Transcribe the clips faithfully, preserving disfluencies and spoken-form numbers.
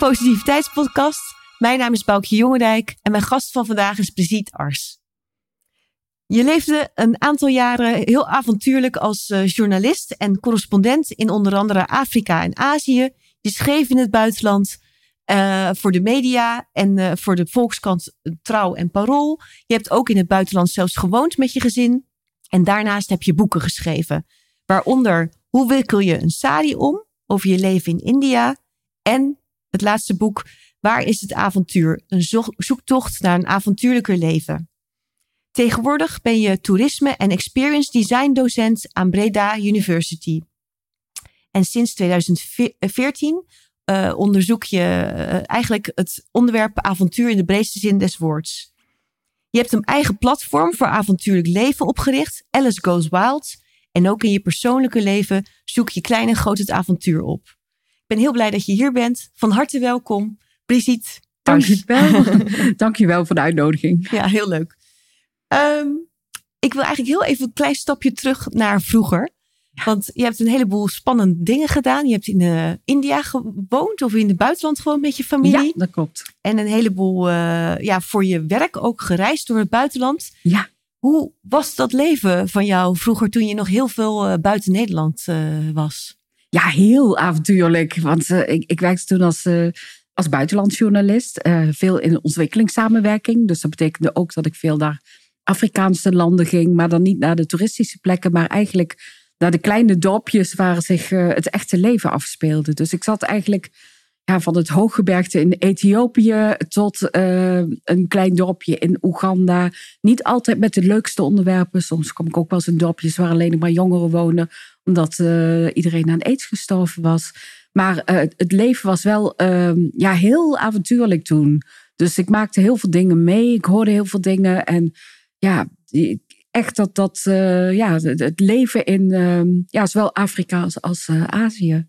Positiviteitspodcast. Mijn naam is Boukje Jongendijk en mijn gast van vandaag is Brigitte Ars. Je leefde een aantal jaren heel avontuurlijk als uh, journalist en correspondent in onder andere Afrika en Azië. Je schreef in het buitenland uh, voor de media en uh, voor de Volkskrant Trouw en Parool. Je hebt ook in het buitenland zelfs gewoond met je gezin. En daarnaast heb je boeken geschreven. Waaronder Hoe wikkel je een sari om? Over je leven in India. En het laatste boek, Waar is het avontuur? Een zo- zoektocht naar een avontuurlijker leven. Tegenwoordig ben je toerisme en experience design docent aan Breda University. En sinds tweeduizend veertien uh, onderzoek je uh, eigenlijk het onderwerp avontuur in de breedste zin des woords. Je hebt een eigen platform voor avontuurlijk leven opgericht, Alice Goes Wild. En ook in je persoonlijke leven zoek je klein en groot het avontuur op. Ik ben heel blij dat je hier bent. Van harte welkom, Brigitte. Dank je wel. Dank je wel voor de uitnodiging. Ja, heel leuk. Um, ik wil eigenlijk heel even een klein stapje terug naar vroeger. Ja. Want je hebt een heleboel spannende dingen gedaan. Je hebt in uh, India gewoond of in het buitenland gewoond met je familie. Ja, dat klopt. En een heleboel uh, ja, voor je werk ook gereisd door het buitenland. Ja. Hoe was dat leven van jou vroeger toen je nog heel veel uh, buiten Nederland uh, was? Ja, heel avontuurlijk. Want uh, ik, ik werkte toen als, uh, als buitenlandsjournalist. Uh, veel in ontwikkelingssamenwerking. Dus dat betekende ook dat ik veel naar Afrikaanse landen ging. Maar dan niet naar de toeristische plekken. Maar eigenlijk naar de kleine dorpjes waar zich uh, het echte leven afspeelde. Dus ik zat eigenlijk ja, van het hooggebergte in Ethiopië tot uh, een klein dorpje in Oeganda. Niet altijd met de leukste onderwerpen. Soms kom ik ook wel eens in dorpjes waar alleen maar jongeren wonen. Omdat uh, iedereen aan aids gestorven was. Maar uh, het leven was wel uh, ja, heel avontuurlijk toen. Dus ik maakte heel veel dingen mee. Ik hoorde heel veel dingen. En ja, echt dat, dat uh, ja, het leven in uh, ja, zowel Afrika als, als uh, Azië.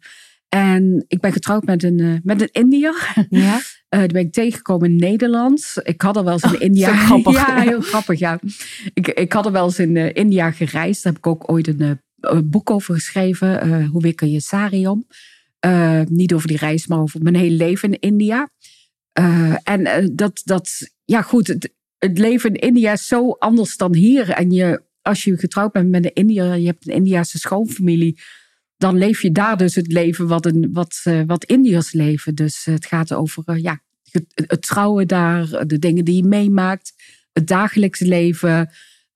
En ik ben getrouwd met een, uh, met een Indiër. Ja. Uh, die ben ik tegengekomen in Nederland. Ik had er wel eens in oh, India... Grappig. Ja, heel grappig, ja. Ik, ik had er wel eens in uh, India gereisd. Daar heb ik ook ooit een, uh, een boek over geschreven. Uh, Hoe wikkel je sari om? Uh, niet over die reis, maar over mijn hele leven in India. Uh, en uh, dat, dat... Ja, goed. Het, het leven in India is zo anders dan hier. En je, als je getrouwd bent met een Indiër... Je hebt een Indiase schoonfamilie... Dan leef je daar dus het leven wat, een, wat, uh, wat Indiërs leven. Dus uh, het gaat over uh, ja, het, het trouwen daar, de dingen die je meemaakt, het dagelijkse leven.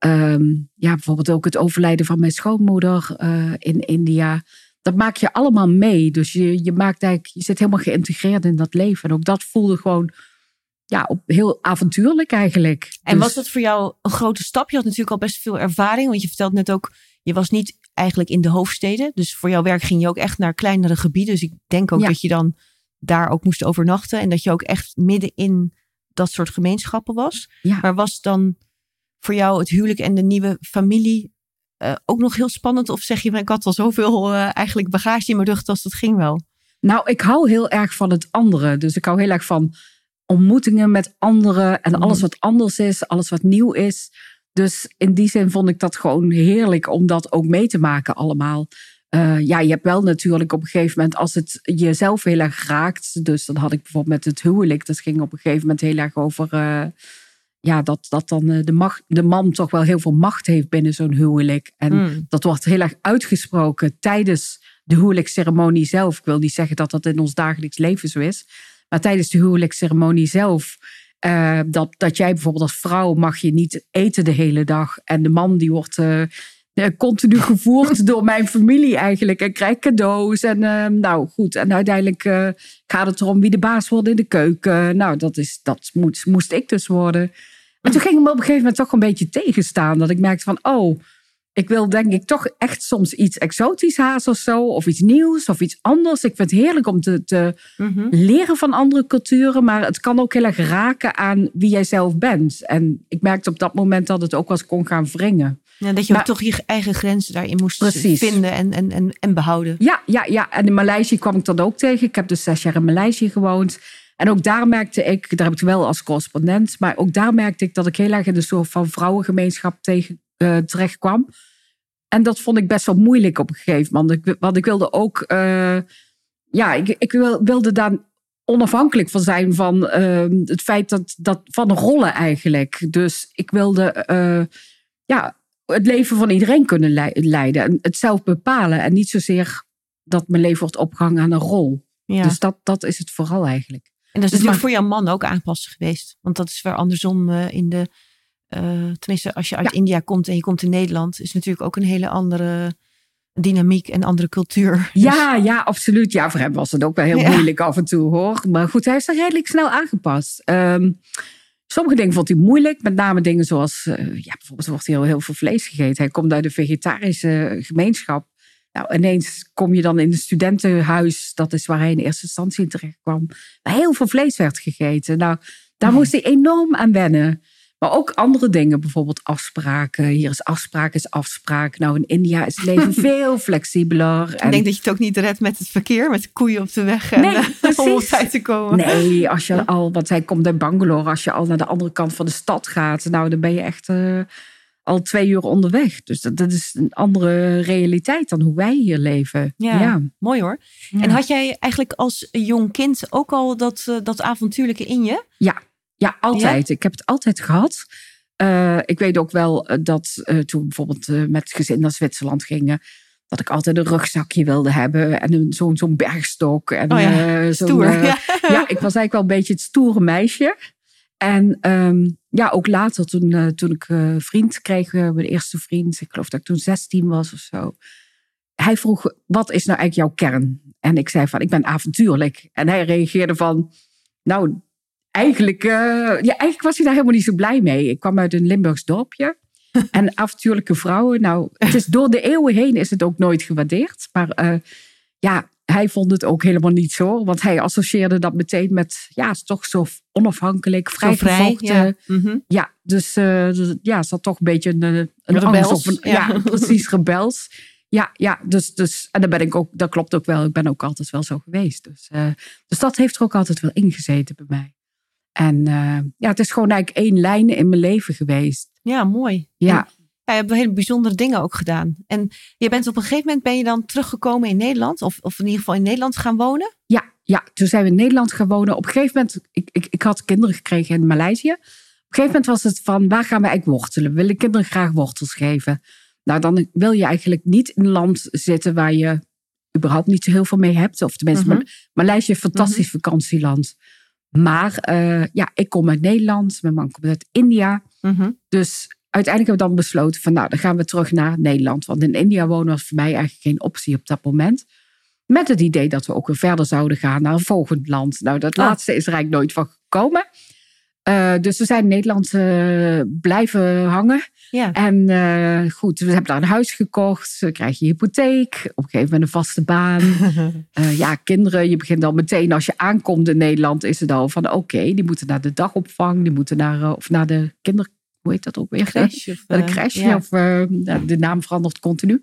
Um, ja, bijvoorbeeld ook het overlijden van mijn schoonmoeder uh, in India. Dat maak je allemaal mee. Dus je, je, maakt eigenlijk, je zit helemaal geïntegreerd in dat leven. En ook dat voelde gewoon ja, op, heel avontuurlijk eigenlijk. En dus... was dat voor jou een grote stap? Je had natuurlijk al best veel ervaring. Want je vertelt net ook, je was niet eigenlijk in de hoofdsteden. Dus voor jouw werk ging je ook echt naar kleinere gebieden. Dus ik denk ook ja. dat je dan daar ook moest overnachten. En dat je ook echt midden in dat soort gemeenschappen was. Ja. Maar was dan voor jou het huwelijk en de nieuwe familie uh, ook nog heel spannend? Of zeg je, ik had al zoveel uh, eigenlijk bagage in mijn rug, als dat ging wel? Nou, ik hou heel erg van het andere. Dus ik hou heel erg van ontmoetingen met anderen. En alles wat anders is, alles wat nieuw is. Dus in die zin vond ik dat gewoon heerlijk om dat ook mee te maken allemaal. Uh, ja, je hebt wel natuurlijk op een gegeven moment als het jezelf heel erg raakt. Dus dan had ik bijvoorbeeld met het huwelijk. Dat ging op een gegeven moment heel erg over uh, ja, dat, dat dan de, macht, de man toch wel heel veel macht heeft binnen zo'n huwelijk. En mm. dat wordt heel erg uitgesproken tijdens de huwelijksceremonie zelf. Ik wil niet zeggen dat dat in ons dagelijks leven zo is. Maar tijdens de huwelijksceremonie zelf... Uh, dat, dat jij bijvoorbeeld als vrouw mag je niet eten de hele dag. En de man die wordt uh, continu gevoerd door mijn familie eigenlijk. En krijgt cadeaus. En uh, nou goed. En uiteindelijk uh, gaat het erom wie de baas wordt in de keuken. Nou, dat, is, dat moest, moest ik dus worden. En toen ging ik me op een gegeven moment toch een beetje tegenstaan. Dat ik merkte van, oh, ik wil denk ik toch echt soms iets exotisch haast of zo. Of iets nieuws of iets anders. Ik vind het heerlijk om te, te mm-hmm. leren van andere culturen. Maar het kan ook heel erg raken aan wie jij zelf bent. En ik merkte op dat moment dat het ook wel eens kon gaan wringen. Ja, dat je maar, ook toch je eigen grenzen daarin moest precies. vinden en, en, en, en behouden. Ja, ja, ja, en in Maleisië kwam ik dat ook tegen. Ik heb dus zes jaar in Maleisië gewoond. En ook daar merkte ik, daar heb ik wel als correspondent. Maar ook daar merkte ik dat ik heel erg in een soort van vrouwengemeenschap tegen, uh, terecht kwam. En dat vond ik best wel moeilijk op een gegeven moment. Want ik wilde ook... Uh, ja, ik, ik wilde dan onafhankelijk van zijn van uh, het feit dat, dat van de rollen eigenlijk. Dus ik wilde uh, ja, het leven van iedereen kunnen le- leiden. En het zelf bepalen. En niet zozeer dat mijn leven wordt opgehangen aan een rol. Ja. Dus dat, dat is het vooral eigenlijk. En dat is dus natuurlijk maar, voor jouw man ook aanpassen geweest. Want dat is weer andersom uh, in de... Uh, tenminste, als je uit ja. India komt en je komt in Nederland... is natuurlijk ook een hele andere dynamiek en andere cultuur. Ja, dus... ja, absoluut. Ja, voor hem was het ook wel heel ja. moeilijk af en toe, hoor. Maar goed, hij is er redelijk snel aangepast. Um, sommige dingen vond hij moeilijk. Met name dingen zoals... Uh, ja, bijvoorbeeld wordt hij heel, heel veel vlees gegeten. Hij komt uit een vegetarische gemeenschap. Nou, ineens kom je dan in een studentenhuis. Dat is waar hij in eerste instantie in terecht kwam. Waar heel veel vlees werd gegeten. Nou, daar moest hij enorm aan wennen. Maar ook andere dingen, bijvoorbeeld afspraken. Hier is afspraak, is afspraak. Nou, in India is het leven veel flexibeler. En... Ik denk dat je het ook niet redt met het verkeer, met de koeien op de weg. En, nee, precies. Om op tijd te komen. Nee, als je al, want hij komt uit Bangalore. Als je al naar de andere kant van de stad gaat, nou, dan ben je echt uh, al twee uur onderweg. Dus dat, dat is een andere realiteit dan hoe wij hier leven. Ja, ja. Mooi hoor. Ja. En had jij eigenlijk als jong kind ook al dat, uh, dat avontuurlijke in je? Ja. Ja, altijd. Ja? Ik heb het altijd gehad. Uh, ik weet ook wel dat uh, toen bijvoorbeeld uh, met het gezin naar Zwitserland gingen... dat ik altijd een rugzakje wilde hebben en een, zo'n, zo'n bergstok. En, oh ja, uh, stoer. Zo'n, uh, ja. ja, ik was eigenlijk wel een beetje het stoere meisje. En um, ja, ook later toen, uh, toen ik uh, vriend kreeg, uh, mijn eerste vriend... ik geloof dat ik toen zestien was of zo... hij vroeg, wat is nou eigenlijk jouw kern? En ik zei van, ik ben avontuurlijk. En hij reageerde van, nou... Eigenlijk, uh, ja, eigenlijk was hij daar helemaal niet zo blij mee. Ik kwam uit een Limburgs dorpje. En avontuurlijke vrouwen. Nou, het is door de eeuwen heen is het ook nooit gewaardeerd. Maar uh, ja, hij vond het ook helemaal niet zo. Want hij associeerde dat meteen met... Ja, het is toch zo onafhankelijk, vrijgevochten. Vrij, ja. Mm-hmm. ja, dus uh, ja, het zat toch een beetje een, een rebels. Of een, ja. ja, precies, rebels. Ja, ja dus, dus, en dan ben ik ook, dat klopt ook wel. Ik ben ook altijd wel zo geweest. Dus, uh, dus dat heeft er ook altijd wel ingezeten bij mij. En uh, ja, het is gewoon eigenlijk één lijn in mijn leven geweest. Ja, mooi. Ja. En, ja, je hebt hele bijzondere dingen ook gedaan. En je bent op een gegeven moment ben je dan teruggekomen in Nederland? Of, of in ieder geval in Nederland gaan wonen? Ja, ja, toen zijn we in Nederland gaan wonen. Op een gegeven moment, ik, ik, ik had kinderen gekregen in Maleisië. Op een gegeven moment was het van, waar gaan we eigenlijk wortelen? We willen kinderen graag wortels geven. Nou, dan wil je eigenlijk niet in een land zitten waar je überhaupt niet zo heel veel mee hebt. Of tenminste, mm-hmm. Maleisië is een fantastisch mm-hmm. vakantieland. Maar uh, ja, ik kom uit Nederland. Mijn man komt uit India. Mm-hmm. Dus uiteindelijk hebben we dan besloten van... nou, dan gaan we terug naar Nederland. Want in India wonen was voor mij eigenlijk geen optie op dat moment. Met het idee dat we ook weer verder zouden gaan naar een volgend land. Nou, dat oh. laatste is er eigenlijk nooit van gekomen. Uh, dus we zijn in Nederland uh, blijven hangen. Ja. En uh, goed, we hebben daar een huis gekocht. Dan krijg je hypotheek. Op een gegeven moment een vaste baan. uh, ja, kinderen, je begint al meteen als je aankomt in Nederland... is het al van oké, okay, die moeten naar de dagopvang. Die moeten naar, uh, of naar de kinder... Hoe heet dat ook weer? Crash, of, naar de crash. Ja. Of uh, de naam verandert continu.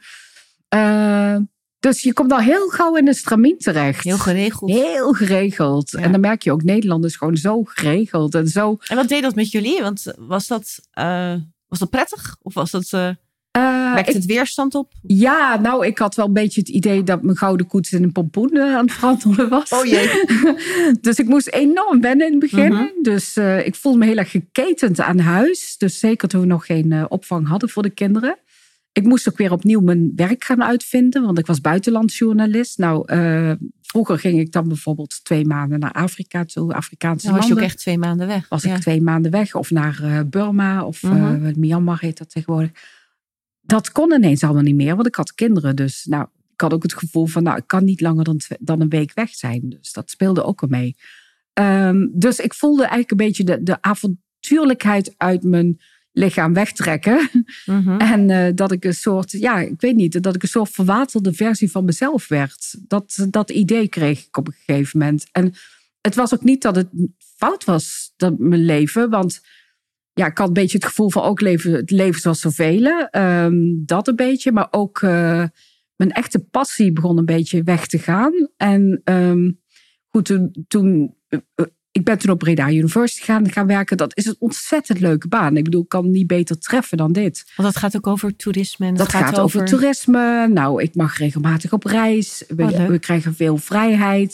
Uh, Dus je komt al heel gauw in een stramien terecht. Heel geregeld. Heel geregeld. Ja. En dan merk je ook, Nederland is gewoon zo geregeld. En, zo... en wat deed dat met jullie? Want was dat, uh, was dat prettig? Of was dat, uh, uh, wekte het weerstand op? Ja, nou, ik had wel een beetje het idee dat mijn gouden koets in een pompoen uh, aan het veranderen was. Oh jee. Dus ik moest enorm wennen in het begin. Mm-hmm. Dus uh, ik voelde me heel erg geketend aan huis. Dus zeker toen we nog geen uh, opvang hadden voor de kinderen. Ik moest ook weer opnieuw mijn werk gaan uitvinden, want ik was buitenlandsjournalist. Nou, uh, vroeger ging ik dan bijvoorbeeld twee maanden naar Afrika toe, Afrikaanse nou, was landen. je ook echt twee maanden weg? Was ja. ik twee maanden weg, of naar uh, Burma, of mm-hmm. uh, Myanmar heet dat tegenwoordig. Dat kon ineens allemaal niet meer, want ik had kinderen. Dus nou, ik had ook het gevoel van, nou, ik kan niet langer dan, tw- dan een week weg zijn. Dus dat speelde ook al mee. Um, dus ik voelde eigenlijk een beetje de, de avontuurlijkheid uit mijn lichaam wegtrekken. Mm-hmm. En uh, dat ik een soort, ja, ik weet niet, dat ik een soort verwaterde versie van mezelf werd. Dat, dat idee kreeg ik op een gegeven moment. En het was ook niet dat het fout was, dat mijn leven. Want ja, ik had een beetje het gevoel van ook leven, het leven zoals zoveel. Um, dat een beetje. Maar ook uh, mijn echte passie begon een beetje weg te gaan. En um, goed, toen... toen uh, Ik ben toen op Breda University gaan, gaan werken. Dat is een ontzettend leuke baan. Ik bedoel, ik kan niet beter treffen dan dit. Want dat gaat ook over toerisme. En dat gaat, gaat over... over toerisme. Nou, ik mag regelmatig op reis. We, oh, we krijgen veel vrijheid.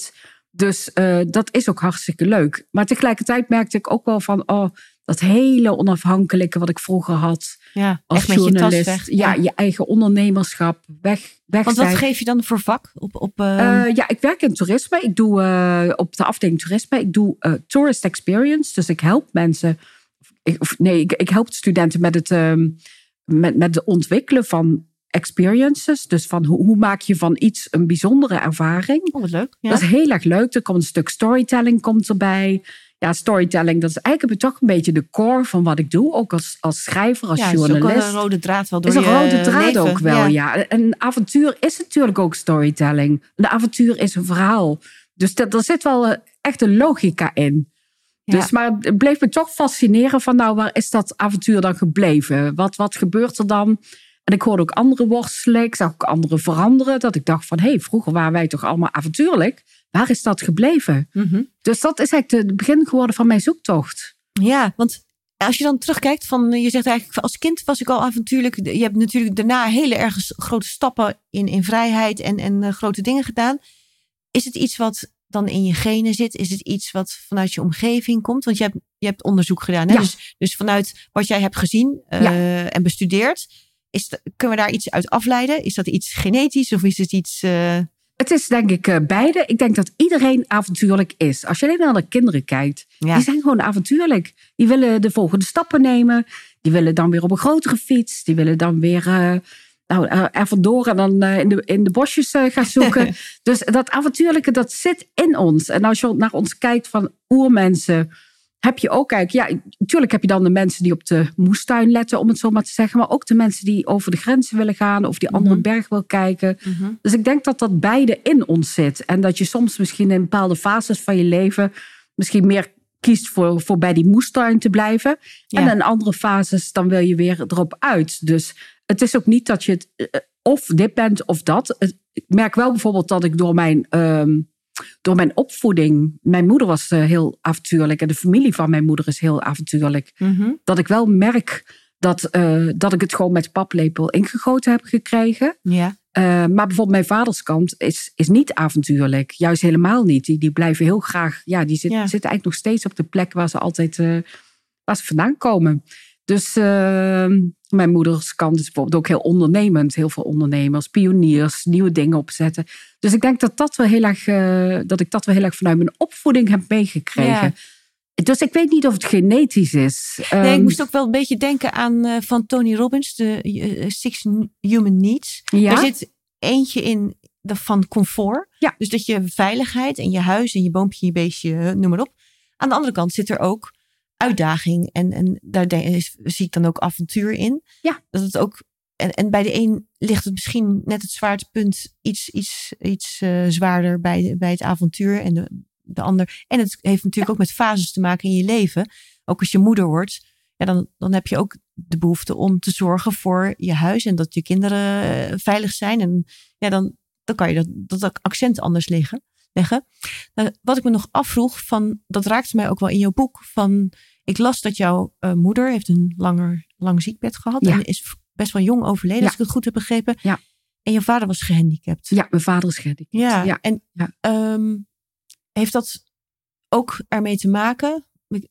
Dus uh, dat is ook hartstikke leuk. Maar tegelijkertijd merkte ik ook wel van... oh, dat hele onafhankelijke wat ik vroeger had ja, als echt journalist. Met je, tas weg. Ja, ja, je eigen ondernemerschap. Weg, weg Want wat zijn. geef je dan voor vak? Op, op, uh... Uh, ja, ik werk in toerisme. Ik doe uh, op de afdeling toerisme. Ik doe uh, tourist experience. Dus ik help mensen... Ik, of, nee, ik, ik help studenten met het, um, met, met het ontwikkelen van experiences. Dus van hoe, hoe maak je van iets een bijzondere ervaring. Oh, wat leuk. Ja. Dat is heel erg leuk. Er komt een stuk storytelling komt erbij. Ja, storytelling, dat is eigenlijk toch een beetje de core van wat ik doe. Ook als, als schrijver, als ja, journalist. Ja, is ook een rode draad wel door is een je rode draad leven. ook wel, ja. ja. Een avontuur is natuurlijk ook storytelling. Een avontuur is een verhaal. Dus dat, er zit wel echt een logica in. Ja. Dus, maar het bleef me toch fascineren van... nou, waar is dat avontuur dan gebleven? Wat, wat gebeurt er dan? En ik hoorde ook andere worstelen. Ik zag ook anderen veranderen. Dat ik dacht van, hé, hey, vroeger waren wij toch allemaal avontuurlijk. Waar is dat gebleven? Mm-hmm. Dus dat is eigenlijk het begin geworden van mijn zoektocht. Ja, want als je dan terugkijkt, van, je zegt eigenlijk als kind was ik al avontuurlijk. Je hebt natuurlijk daarna hele erg grote stappen in, in vrijheid en, en uh, grote dingen gedaan. Is het iets wat dan in je genen zit? Is het iets wat vanuit je omgeving komt? Want je hebt, je hebt onderzoek gedaan. Hè? Ja. Dus, dus vanuit wat jij hebt gezien uh, ja. en bestudeerd. Is de, kunnen we daar iets uit afleiden? Is dat iets genetisch of is het iets... Uh... Het is denk ik uh, beide. Ik denk dat iedereen avontuurlijk is. Als je alleen naar de kinderen kijkt. Ja. Die zijn gewoon avontuurlijk. Die willen de volgende stappen nemen. Die willen dan weer op een grotere fiets. Die willen dan weer uh, nou, uh, er vandoor en dan uh, in, de, in de bosjes uh, gaan zoeken. Dus dat avontuurlijke, dat zit in ons. En als je naar ons kijkt van oermensen... heb je ook eigenlijk... Ja, natuurlijk heb je dan de mensen die op de moestuin letten... om het zo maar te zeggen. Maar ook de mensen die over de grenzen willen gaan... of die andere mm-hmm. berg wil kijken. Mm-hmm. Dus ik denk dat dat beide in ons zit. En dat je soms misschien in bepaalde fases van je leven... misschien meer kiest voor, voor bij die moestuin te blijven. Ja. En in andere fases dan wil je weer erop uit. Dus het is ook niet dat je het... of dit bent of dat. Ik merk wel bijvoorbeeld dat ik door mijn... Um, Door mijn opvoeding. Mijn moeder was uh, heel avontuurlijk. En de familie van mijn moeder is heel avontuurlijk. Mm-hmm. Dat ik wel merk dat, uh, dat ik het gewoon met paplepel ingegoten heb gekregen. Ja. Uh, maar bijvoorbeeld mijn vaders kant is, is niet avontuurlijk. Juist helemaal niet. Die, die blijven heel graag... Ja, die zit, ja. zitten eigenlijk nog steeds op de plek waar ze altijd uh, waar ze vandaan komen. Dus uh, mijn moeders kant is bijvoorbeeld ook heel ondernemend. Heel veel ondernemers, pioniers, nieuwe dingen opzetten. Dus ik denk dat, dat, wel heel erg, uh, dat ik dat wel heel erg vanuit mijn opvoeding heb meegekregen. Ja. Dus ik weet niet of het genetisch is. Nee, um, ik moest ook wel een beetje denken aan uh, van Tony Robbins, de uh, Six Human Needs. Ja? Er zit eentje in de, van comfort. Ja. Dus dat je veiligheid en je huis en je boompje en je beestje, noem maar op. Aan de andere kant zit er ook uitdaging. En, en daar denk, zie ik dan ook avontuur in. Ja. Dat het ook, en, en bij de een ligt het misschien net het zwaartepunt iets, iets, iets uh, zwaarder bij, de, bij het avontuur. En de, de ander. En het heeft natuurlijk ja. ook met fases te maken in je leven. Ook als je moeder wordt. Ja, dan, dan heb je ook de behoefte om te zorgen voor je huis. En dat je kinderen uh, veilig zijn. En ja, dan, dan kan je dat, dat accent anders liggen. leggen. Nou, wat ik me nog afvroeg, van, dat raakte mij ook wel in jouw boek. Van, ik las dat jouw uh, moeder heeft een langer, lang ziekbed gehad. Ja. En is best wel jong overleden, ja. als ik het goed heb begrepen. Ja. En je vader was gehandicapt. Ja, mijn vader is gehandicapt. Ja, ja. En ja. Um, heeft dat ook ermee te maken?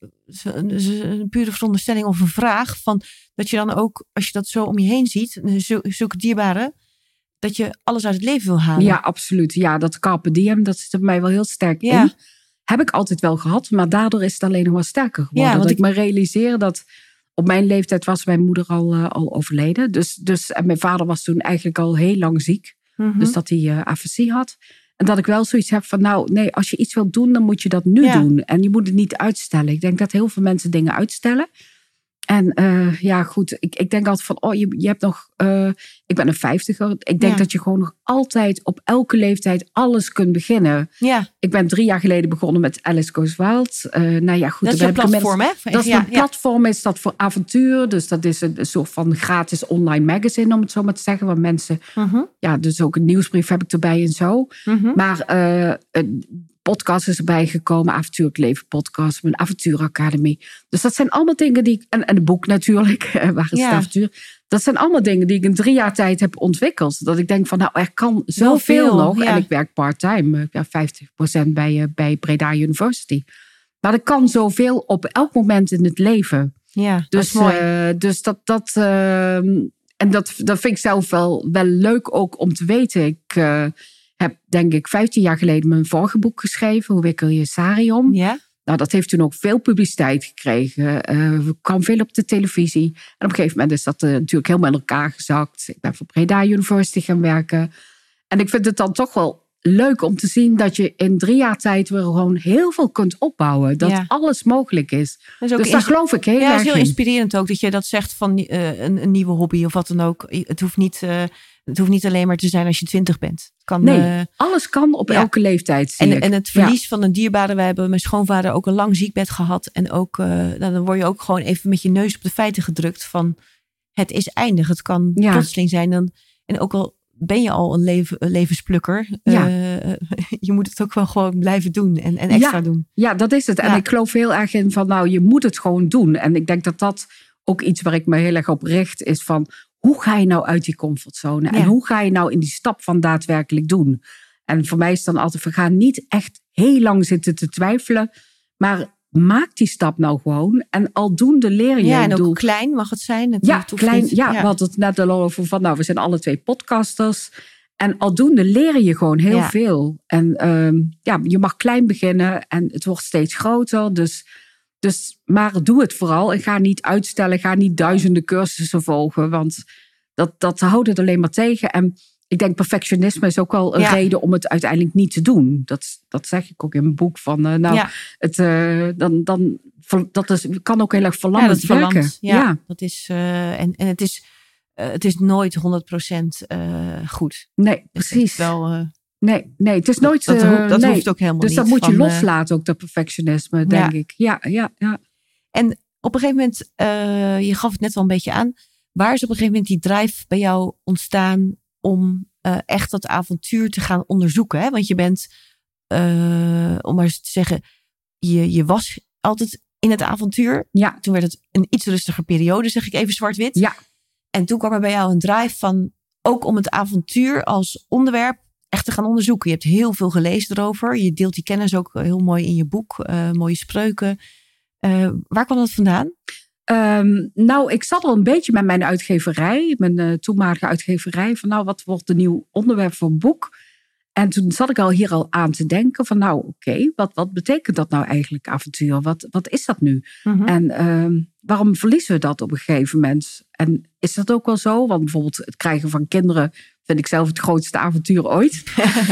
Een pure veronderstelling of een vraag. Van, dat je dan ook, als je dat zo om je heen ziet, zulke dierbare, dat je alles uit het leven wil halen. Ja, absoluut. Ja, dat carpe diem, dat zit er bij mij wel heel sterk ja. in. Heb ik altijd wel gehad, maar daardoor is het alleen nog wel sterker geworden. Ja, dat ik, ik me realiseer dat op mijn leeftijd was mijn moeder al, uh, al overleden. Dus, dus, en mijn vader was toen eigenlijk al heel lang ziek. Mm-hmm. Dus dat hij uh, afasie had. En dat ik wel zoiets heb van, nou nee, als je iets wilt doen, dan moet je dat nu ja. doen. En je moet het niet uitstellen. Ik denk dat heel veel mensen dingen uitstellen. En uh, ja, goed, ik, ik denk altijd van, oh, je, je hebt nog, uh, ik ben een vijftiger. Ik denk ja. dat je gewoon nog altijd op elke leeftijd alles kunt beginnen. Ja. Ik ben drie jaar geleden begonnen met Alice Goes Wild. Uh, nou ja, goed, dat is een platform, hè? Dat is ja, een ja. platform, is dat voor avontuur. Dus dat is een, een soort van gratis online magazine, om het zo maar te zeggen. Waar mensen, uh-huh. ja, dus ook een nieuwsbrief heb ik erbij en zo. Uh-huh. Maar uh, een podcast is erbij gekomen, Avontuurlijk Leven podcast, mijn avontuuracademie. Dus dat zijn allemaal dingen die ik, en, en een boek natuurlijk, waar is ja. het avontuur. dat zijn allemaal dingen die ik in drie jaar tijd heb ontwikkeld. Dat ik denk van, nou, er kan zoveel veel, nog. Ja. En ik werk part-time. Ik werk vijftig procent bij, uh, bij Breda University. Maar er kan zoveel op elk moment in het leven. Ja, dat dus, is mooi. Uh, dus dat... dat uh, en dat, dat vind ik zelf wel, wel leuk ook om te weten. Ik uh, heb denk ik vijftien jaar geleden mijn vorige boek geschreven. Hoe wikkel je sari om? Ja. Nou, dat heeft toen ook veel publiciteit gekregen. Uh, kwam veel op de televisie. En op een gegeven moment is dat uh, natuurlijk helemaal in elkaar gezakt. Ik ben voor Breda University gaan werken. En ik vind het dan toch wel leuk om te zien dat je in drie jaar tijd weer gewoon heel veel kunt opbouwen. Dat ja. alles mogelijk is. Dat is ook dus daar ins- geloof ik heel ja, erg in. het is heel inspirerend ook dat je dat zegt van uh, een, een nieuwe hobby of wat dan ook. Het hoeft niet, uh, het hoeft niet alleen maar te zijn als je twintig bent. Het kan, nee, uh, alles kan op ja. elke leeftijd. Zie en, ik. en het verlies ja. van een dierbare. Wij hebben mijn schoonvader ook een lang ziekbed gehad. En ook, uh, nou, dan word je ook gewoon even met je neus op de feiten gedrukt van het is eindig. Het kan Ja. plotseling zijn. Dan, en ook al ben je al een, leven, een levensplukker. Ja. Uh, je moet het ook wel gewoon blijven doen en, en extra ja. doen. Ja, dat is het. En Ja. ik geloof heel erg in van nou, je moet het gewoon doen. En ik denk dat dat ook iets waar ik me heel erg op richt is van hoe ga je nou uit die comfortzone? Ja. En hoe ga je nou in die stap van daadwerkelijk doen? En voor mij is het dan altijd, we gaan niet echt heel lang zitten te twijfelen, maar maak die stap nou gewoon. En aldoende leer je. Ja, en ook bedoel, klein mag het zijn. Het ja, hoeft klein, niet- ja, we hadden het net al over van, nou, we zijn alle twee podcasters. En aldoende leer je gewoon heel Ja. veel. En um, ja, je mag klein beginnen en het wordt steeds groter. Dus, dus, maar doe het vooral en ga niet uitstellen. Ga niet duizenden cursussen volgen, want dat, dat houdt het alleen maar tegen. En ik denk perfectionisme is ook wel een Ja. reden om het uiteindelijk niet te doen. Dat, dat zeg ik ook in mijn boek van, uh, nou, Ja. het, uh, dan, dan, dat is, kan ook heel erg Ja, verlammend dat verlamt. werken. Ja, ja. dat is, uh, en, en het is, uh, het is nooit honderd procent uh, goed. Nee, Het is precies. wel, uh, Nee, nee, het is dat, nooit... dat, uh, hoeft, dat nee. hoeft ook helemaal dus niet. dat moet je van, uh, loslaten, ook dat perfectionisme, denk Ja. ik. Ja, ja, ja. En op een gegeven moment, uh, je gaf het net al een beetje aan, waar is op een gegeven moment die drive bij jou ontstaan om uh, echt dat avontuur te gaan onderzoeken? Hè? Want je bent, uh, om maar eens te zeggen, je, je was altijd in het avontuur. Ja. Toen werd het een iets rustiger periode, zeg ik even zwart-wit. Ja. En toen kwam er bij jou een drive van ook om het avontuur als onderwerp echt te gaan onderzoeken. Je hebt heel veel gelezen erover. Je deelt die kennis ook heel mooi in je boek. Uh, mooie spreuken. Uh, waar kwam dat vandaan? Um, nou, ik zat al een beetje met mijn uitgeverij. Mijn uh, toenmalige uitgeverij. Van nou, wat wordt een nieuw onderwerp voor een boek? En toen zat ik al hier al aan te denken van nou, oké, okay, wat, wat betekent dat nou eigenlijk avontuur? Wat, wat is dat nu? Mm-hmm. En um, waarom verliezen we dat op een gegeven moment? En is dat ook wel zo? Want bijvoorbeeld het krijgen van kinderen vind ik zelf het grootste avontuur ooit.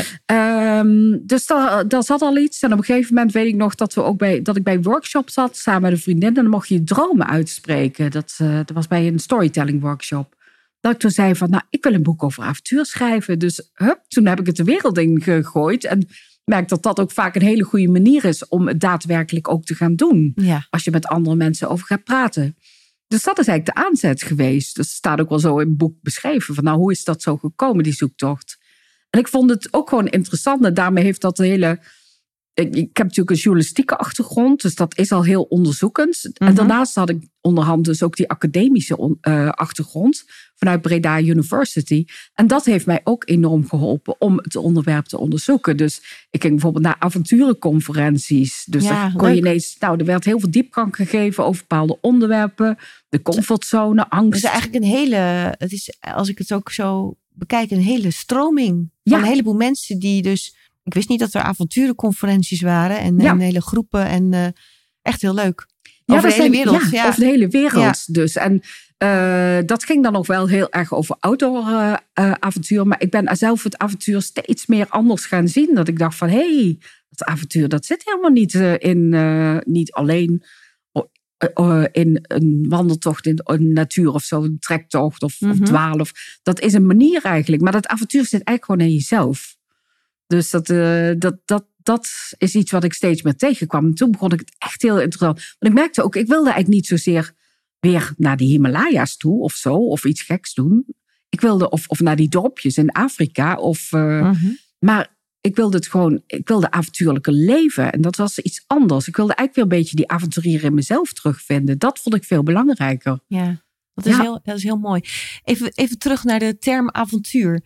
um, dus daar, daar zat al iets. En op een gegeven moment weet ik nog dat, we ook bij, dat ik bij workshops zat samen met een vriendin. En dan mocht je dromen uitspreken. Dat, uh, dat was bij een storytelling workshop. Dat ik toen zei van, nou, ik wil een boek over avontuur schrijven. Dus hup, toen heb ik het de wereld in gegooid. En merk dat dat ook vaak een hele goede manier is om het daadwerkelijk ook te gaan doen. Ja. Als je met andere mensen over gaat praten. Dus dat is eigenlijk de aanzet geweest. Dus het staat ook wel zo in het boek beschreven. Van nou, hoe is dat zo gekomen, die zoektocht? En ik vond het ook gewoon interessant. En daarmee heeft dat de hele... Ik, ik heb natuurlijk een journalistieke achtergrond. Dus dat is al heel onderzoekend. Mm-hmm. En daarnaast had ik onderhand dus ook die academische on, uh, achtergrond. Vanuit Breda University. En dat heeft mij ook enorm geholpen om het onderwerp te onderzoeken. Dus ik ging bijvoorbeeld naar avonturenconferenties. Dus ja, dan kon je ineens... Nou, er werd heel veel diepgang gegeven over bepaalde onderwerpen. De comfortzone, angst. Het is eigenlijk een hele... Het is, als ik het ook zo bekijk, een hele stroming. Ja. Van een heleboel mensen die dus... Ik wist niet dat er avonturenconferenties waren. En, ja. en hele groepen. En uh, echt heel leuk. Ja, over de hele zijn, wereld. Ja, ja. over de hele wereld ja. dus. En uh, dat ging dan nog wel heel erg over outdoor uh, uh, avontuur. Maar ik ben zelf het avontuur steeds meer anders gaan zien. Dat ik dacht van, hé, hey, dat avontuur dat zit helemaal niet uh, in, uh, niet alleen uh, uh, in een wandeltocht in de natuur of zo, een trektocht of, mm-hmm. of dwalen. Of, dat is een manier eigenlijk. Maar dat avontuur zit eigenlijk gewoon in jezelf. Dus dat, uh, dat, dat, dat is iets wat ik steeds meer tegenkwam. En toen begon ik het echt heel interessant. Want ik merkte ook, ik wilde eigenlijk niet zozeer weer naar de Himalaya's toe of zo. Of iets geks doen. Ik wilde, of, of naar die dorpjes in Afrika. Of, uh, mm-hmm. Maar ik wilde het gewoon, ik wilde avontuurlijke leven. En dat was iets anders. Ik wilde eigenlijk weer een beetje die avonturier in mezelf terugvinden. Dat vond ik veel belangrijker. Ja. Dat is, Ja. heel, dat is heel mooi. Even, even terug naar de term avontuur.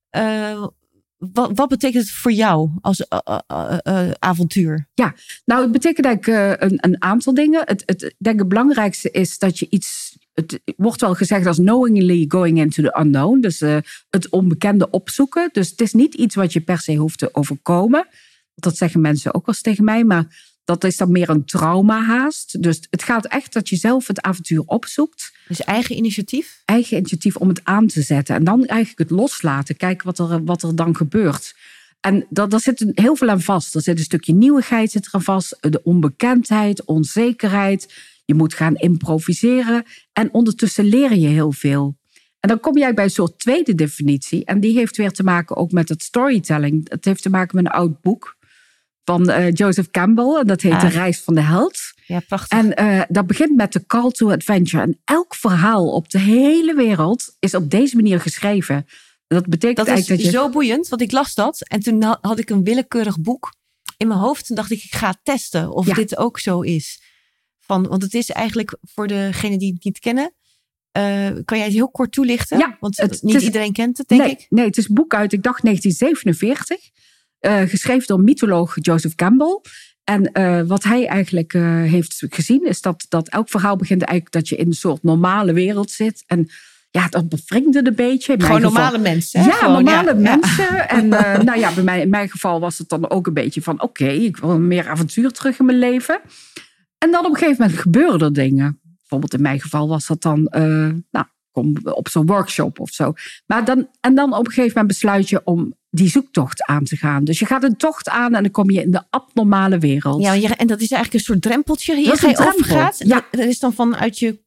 Uh, wat, wat betekent het voor jou als uh, uh, uh, uh, avontuur? Ja, nou het betekent eigenlijk uh, een, een aantal dingen. Het, het, ik denk het belangrijkste is dat je iets... Het wordt wel gezegd als knowingly going into the unknown. Dus uh, het onbekende opzoeken. Dus het is niet iets wat je per se hoeft te overkomen. Dat zeggen mensen ook wel eens tegen mij. Maar dat is dan meer een trauma haast. Dus het gaat echt dat je zelf het avontuur opzoekt. Dus eigen initiatief? Eigen initiatief om het aan te zetten. En dan eigenlijk het loslaten. Kijken wat er, wat er dan gebeurt. En dat, daar zit heel veel aan vast. Er zit een stukje nieuwigheid zit er aan vast. De onbekendheid, onzekerheid. Je moet gaan improviseren. En ondertussen leer je heel veel. En dan kom jij bij een soort tweede definitie. En die heeft weer te maken ook met het storytelling. Het heeft te maken met een oud boek van uh, Joseph Campbell. En dat heet ah. De Reis van de Held. Ja, prachtig. En uh, dat begint met de call to adventure. En elk verhaal op de hele wereld is op deze manier geschreven. Dat betekent dat eigenlijk is dat je... zo boeiend, want ik las dat. En toen had ik een willekeurig boek in mijn hoofd. Toen dacht ik, ik ga testen of ja. dit ook zo is. Van, want het is eigenlijk voor degenen die het niet kennen. Uh, kan jij het heel kort toelichten? Ja, want het, niet het is, iedereen kent het, denk nee, ik. Nee, het is een boek uit, ik dacht negentien zevenenveertig. Uh, geschreven door mytholoog Joseph Campbell. En uh, wat hij eigenlijk uh, heeft gezien is dat, dat elk verhaal begint eigenlijk dat je in een soort normale wereld zit. En ja, dat bevriendde een beetje. In Gewoon mijn normale geval, mensen. Hè? Ja, Gewoon, normale ja. mensen. Ja. En uh, nou ja, bij mij, in mijn geval was het dan ook een beetje van oké, okay, ik wil meer avontuur terug in mijn leven. En dan op een gegeven moment gebeuren er dingen. Bijvoorbeeld in mijn geval was dat dan uh, nou, kom op zo'n workshop of zo. Maar dan, en dan op een gegeven moment besluit je om die zoektocht aan te gaan. Dus je gaat een tocht aan en dan kom je in de abnormale wereld. Ja, en dat is eigenlijk een soort drempeltje. Hier ga je overgaat. Ja. Dat is dan vanuit je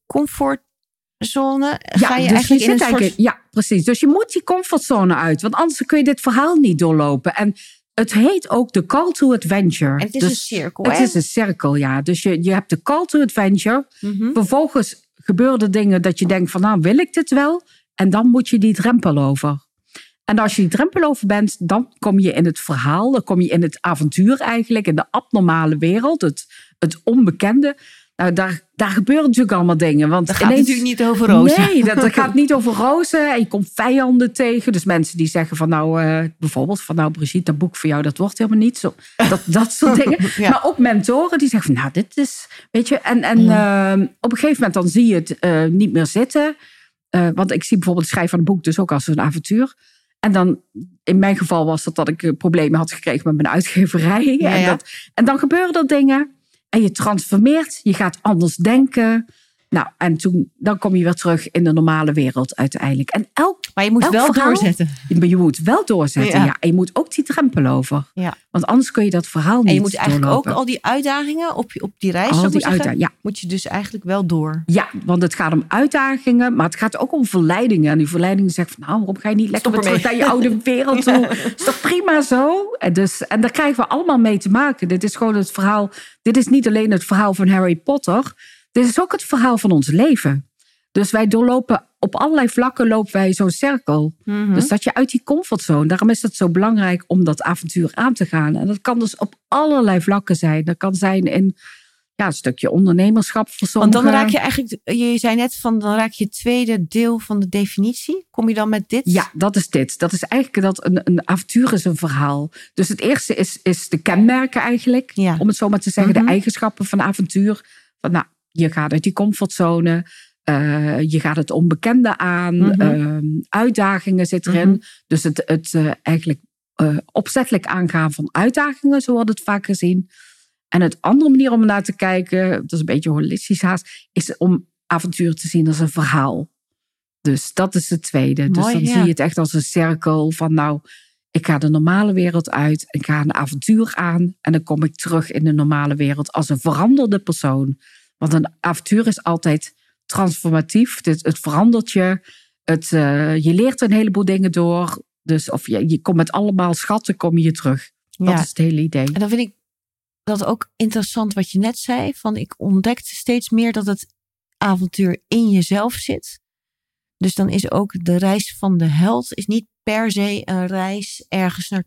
comfortzone. Ja, ga je dus eigenlijk je in zit een soort... Ja, precies. Dus je moet die comfortzone uit. Want anders kun je dit verhaal niet doorlopen. En het heet ook de call to adventure. En het is dus een cirkel, Het hè? is een cirkel, ja. Dus je, je hebt de call to adventure. Mm-hmm. Vervolgens gebeuren er dingen dat je denkt van nou, wil ik dit wel? En dan moet je die drempel over. En als je die drempel over bent, dan kom je in het verhaal. Dan kom je in het avontuur eigenlijk. In de abnormale wereld. Het, het onbekende. Nou, daar, daar gebeuren natuurlijk allemaal dingen. Want dat gaat ineens, natuurlijk niet over rozen. Nee, dat, dat gaat niet over rozen. En je komt vijanden tegen. Dus mensen die zeggen van nou, uh, bijvoorbeeld van nou Brigitte, dat boek voor jou, dat wordt helemaal niet zo. Dat, dat soort dingen. Ja. Maar ook mentoren die zeggen van nou, dit is, weet je. En, en ja. uh, op een gegeven moment dan zie je het uh, niet meer zitten. Uh, want ik zie bijvoorbeeld het schrijven van een boek dus ook als een avontuur. En dan, in mijn geval was dat dat ik problemen had gekregen met mijn uitgeverij. Ja, ja. En, dat, en dan gebeuren er dingen. En je transformeert, je gaat anders denken. Nou, en toen, dan kom je weer terug in de normale wereld uiteindelijk. En elk, maar je moet elk wel verhaal, doorzetten. Je, je moet wel doorzetten, ja. ja. En je moet ook die drempel over. Ja. Want anders kun je dat verhaal niet doorlopen. En je moet eigenlijk doorlopen. ook al die uitdagingen op, op die reis, al die zeggen, uitdagingen, ja. moet je dus eigenlijk wel door. Ja, want het gaat om uitdagingen, maar het gaat ook om verleidingen. En die verleidingen zeggen van nou, waarom ga je niet lekker weer terug naar je oude wereld toe? Is toch prima zo? En, dus, en daar krijgen we allemaal mee te maken. Dit is gewoon het verhaal, dit is niet alleen het verhaal van Harry Potter. Dit is ook het verhaal van ons leven. Dus wij doorlopen, op allerlei vlakken lopen wij zo'n cirkel. Mm-hmm. Dus dat je uit die comfortzone, daarom is het zo belangrijk om dat avontuur aan te gaan. En dat kan dus op allerlei vlakken zijn. Dat kan zijn in ja, een stukje ondernemerschap voor sommigen. Want dan raak je eigenlijk, je zei net van, dan raak je het tweede deel van de definitie. Kom je dan met dit? Ja, dat is dit. Dat is eigenlijk dat een, een avontuur is een verhaal. Dus het eerste is, is de kenmerken eigenlijk. Ja. Om het zo maar te zeggen, mm-hmm. de eigenschappen van avontuur. Van, nou, je gaat uit die comfortzone. Uh, je gaat het onbekende aan. Mm-hmm. Uh, uitdagingen zit erin. Mm-hmm. Dus het, het uh, eigenlijk uh, opzettelijk aangaan van uitdagingen, zo wordt het vaak gezien. En het andere manier om naar te kijken, dat is een beetje holistisch haast, is om avontuur te zien als een verhaal. Dus dat is het tweede. Mooi, dus dan ja. zie je het echt als een cirkel van nou, ik ga de normale wereld uit. Ik ga een avontuur aan. En dan kom ik terug in de normale wereld als een veranderde persoon. Want een avontuur is altijd transformatief. Het, het verandert je. Het, uh, je leert een heleboel dingen door. Dus of je, je komt met allemaal schatten kom je terug. Dat ja. is het hele idee. En dan vind ik dat ook interessant wat je net zei. Van ik ontdekte steeds meer dat het avontuur in jezelf zit. Dus dan is ook de reis van de held is niet per se een reis ergens naartoe.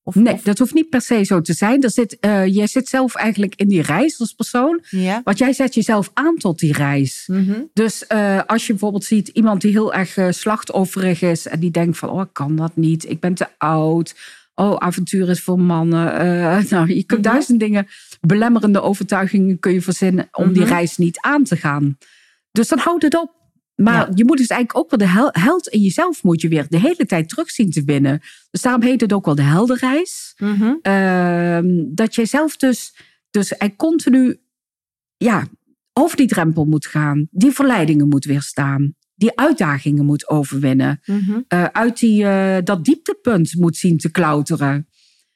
Of, nee, of... dat hoeft niet per se zo te zijn. Er zit, uh, jij zit zelf eigenlijk in die reis als persoon. Ja. Want jij zet jezelf aan tot die reis. Mm-hmm. Dus uh, als je bijvoorbeeld ziet iemand die heel erg uh, slachtofferig is. En die denkt van, oh, ik kan dat niet. Ik ben te oud. Oh, avontuur is voor mannen. Uh, nou, je kunt mm-hmm. duizend dingen, belemmerende overtuigingen kun je verzinnen om mm-hmm. die reis niet aan te gaan. Dus dan houdt het op. Maar ja. je moet dus eigenlijk ook wel de held in jezelf moet je weer de hele tijd terug zien te winnen. Dus daarom heet het ook wel de heldenreis. Mm-hmm. Uh, dat jij zelf dus, dus er continu ja, over die drempel moet gaan. Die verleidingen moet weerstaan. Die uitdagingen moet overwinnen. Mm-hmm. Uh, uit die, uh, dat dieptepunt moet zien te klauteren.